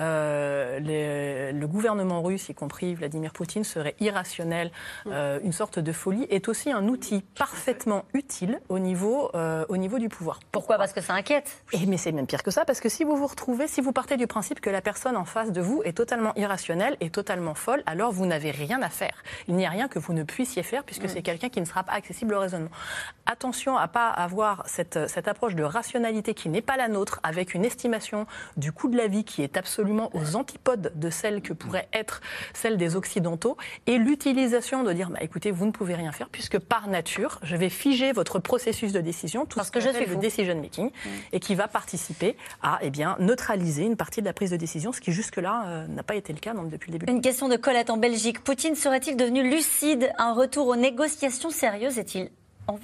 euh, les, le gouvernement russe, y compris Vladimir Poutine, serait irrationnel, euh, une sorte de folie, est aussi un outil parfaitement utile au niveau, euh, au niveau du pouvoir. Pourquoi ? Parce que ça inquiète. Et, mais c'est même pire que ça, parce que si vous vous retrouvez si vous partez du principe que la personne en face de vous est totalement irrationnelle et totalement folle, alors vous n'avez rien à faire. Il n'y a rien que vous ne puissiez faire puisque mmh. c'est quelqu'un qui ne sera pas accessible au raisonnement. Attention à ne pas avoir cette, cette approche de rationalité qui n'est pas la nôtre, avec une estimation du coût de la vie qui est absolument aux antipodes de celle que pourrait être celle des Occidentaux, et l'utilisation de dire bah, écoutez, vous ne pouvez rien faire puisque par nature, je vais figer votre processus de décision, tout Parce ce que que je suis le decision making, mmh. et qui va participer à eh bien, neutraliser une partie de la prise de décision, ce qui jusque-là euh, n'a pas été le cas donc, depuis le début. Une question de Colette en Belgique. Poutine serait-il devenu lucide ? Un retour aux négociations sérieuses est-il envisageable ?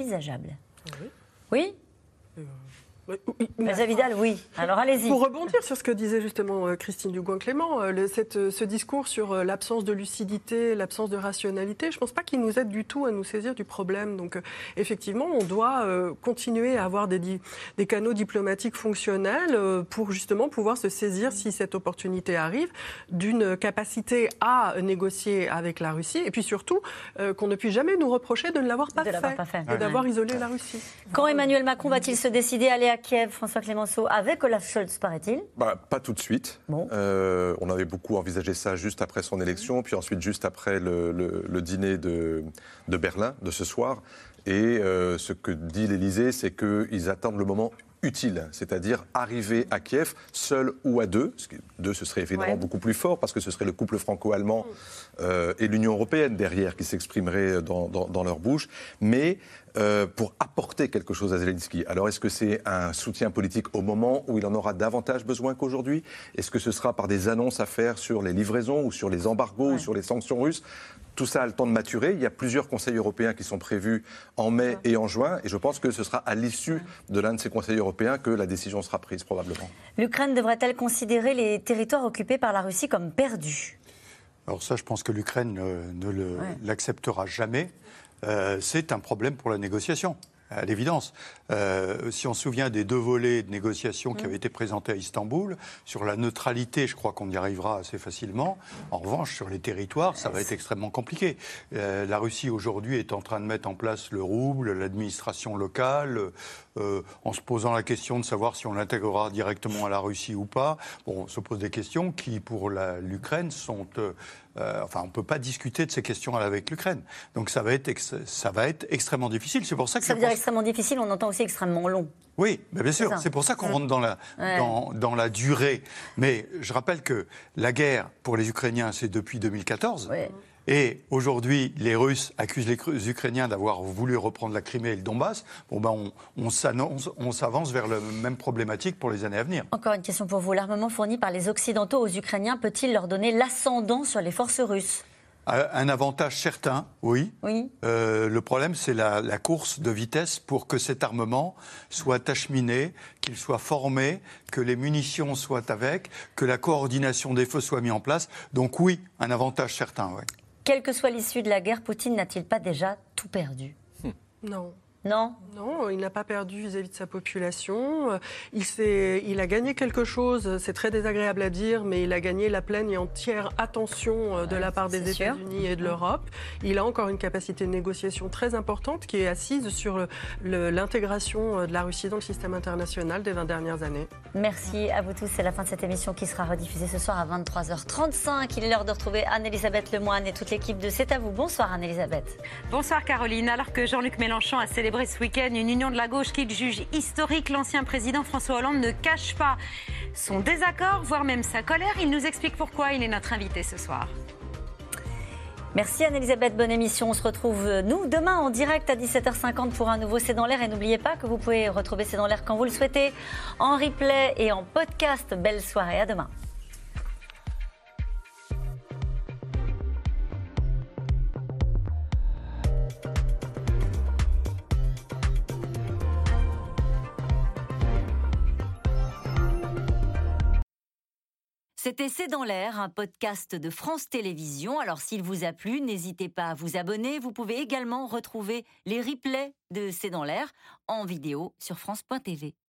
Oui. Oui euh... Oui, oui, mais Vidal, oui. Alors allez-y. Pour rebondir sur ce que disait justement Christine Dugouin-Clément, le, cette, ce discours sur l'absence de lucidité, l'absence de rationalité, je ne pense pas qu'il nous aide du tout à nous saisir du problème. Donc effectivement, on doit euh, continuer à avoir des, des canaux diplomatiques fonctionnels euh, pour justement pouvoir se saisir, si cette opportunité arrive, d'une capacité à négocier avec la Russie, et puis surtout euh, qu'on ne puisse jamais nous reprocher de ne l'avoir pas, pas fait, et d'avoir isolé la Russie. Quand Emmanuel Macron va-t-il se décider à aller à Kiev, François Clémenceau, avec Olaf Scholz, paraît-il ? bah, Pas tout de suite. Bon. Euh, on avait beaucoup envisagé ça juste après son élection, puis ensuite juste après le, le, le dîner de, de Berlin de ce soir. Et euh, ce que dit l'Élysée, c'est qu'ils attendent le moment utile, c'est-à-dire arriver à Kiev seul ou à deux. Deux, ce serait évidemment ouais. beaucoup plus fort, parce que ce serait le couple franco-allemand euh, et l'Union européenne derrière qui s'exprimerait dans, dans, dans leur bouche. Mais Euh, pour apporter quelque chose à Zelensky. Alors, est-ce que c'est un soutien politique au moment où il en aura davantage besoin qu'aujourd'hui ? Est-ce que ce sera par des annonces à faire sur les livraisons ou sur les embargos ouais. ou sur les sanctions russes ? Tout ça a le temps de maturer. Il y a plusieurs conseils européens qui sont prévus en mai et en juin. Et je pense que ce sera à l'issue de l'un de ces conseils européens que la décision sera prise, probablement. L'Ukraine devrait-elle considérer les territoires occupés par la Russie comme perdus ? Alors ça, je pense que l'Ukraine euh, ne le, ouais. l'acceptera jamais. Euh, c'est un problème pour la négociation, à l'évidence. Euh, si on se souvient des deux volets de négociations mmh. qui avaient été présentés à Istanbul, sur la neutralité, je crois qu'on y arrivera assez facilement. En revanche, sur les territoires, ça va être extrêmement compliqué. Euh, la Russie, aujourd'hui, est en train de mettre en place le rouble, l'administration locale, euh, en se posant la question de savoir si on l'intégrera directement à la Russie ou pas. Bon, on se pose des questions qui, pour la, l'Ukraine, sont... Euh, Euh, enfin, on ne peut pas discuter de ces questions avec l'Ukraine. Donc ça va être, ex- ça va être extrêmement difficile. C'est pour ça que ça veut dire pense... extrêmement difficile, on entend aussi extrêmement long. Oui, mais bien sûr. C'est, c'est pour ça qu'on mmh. rentre dans la, ouais. dans, dans la durée. Mais je rappelle que la guerre pour les Ukrainiens, c'est depuis deux mille quatorze. Ouais. Et aujourd'hui, les Russes accusent les Ukrainiens d'avoir voulu reprendre la Crimée et le Donbass. Bon ben, on, on, s'annonce, on s'avance vers la même problématique pour les années à venir. Encore une question pour vous. L'armement fourni par les Occidentaux aux Ukrainiens peut-il leur donner l'ascendant sur les forces russes ? Un avantage certain, oui. oui. Euh, le problème, c'est la, la course de vitesse pour que cet armement soit acheminé, qu'il soit formé, que les munitions soient avec, que la coordination des feux soit mise en place. Donc oui, un avantage certain, oui. Quelle que soit l'issue de la guerre, Poutine n'a-t-il pas déjà tout perdu ? Non. Non. Non, il n'a pas perdu vis-à-vis de sa population. Il, s'est, il a gagné quelque chose, c'est très désagréable à dire, mais il a gagné la pleine et entière attention de la part des États-Unis et de l'Europe. Il a encore une capacité de négociation très importante qui est assise sur le, le, l'intégration de la Russie dans le système international des vingt dernières années. Merci à vous tous. C'est la fin de cette émission qui sera rediffusée ce soir à vingt-trois heures trente-cinq. Il est l'heure de retrouver Anne-Elisabeth Lemoine et toute l'équipe de C'est à vous. Bonsoir Anne-Elisabeth. Bonsoir Caroline. Alors que Jean-Luc Mélenchon a célébré ce week-end une union de la gauche qu'il juge historique, l'ancien président François Hollande ne cache pas son désaccord, voire même sa colère. Il nous explique pourquoi. Il est notre invité ce soir. Merci Anne-Elisabeth, bonne émission. On se retrouve, nous, demain en direct à dix-sept heures cinquante pour un nouveau C'est dans l'air. Et n'oubliez pas que vous pouvez retrouver C'est dans l'air quand vous le souhaitez, en replay et en podcast. Belle soirée, à demain. C'était C'est dans l'air, un podcast de France Télévisions. Alors s'il vous a plu, n'hésitez pas à vous abonner. Vous pouvez également retrouver les replays de C'est dans l'air en vidéo sur France point T V.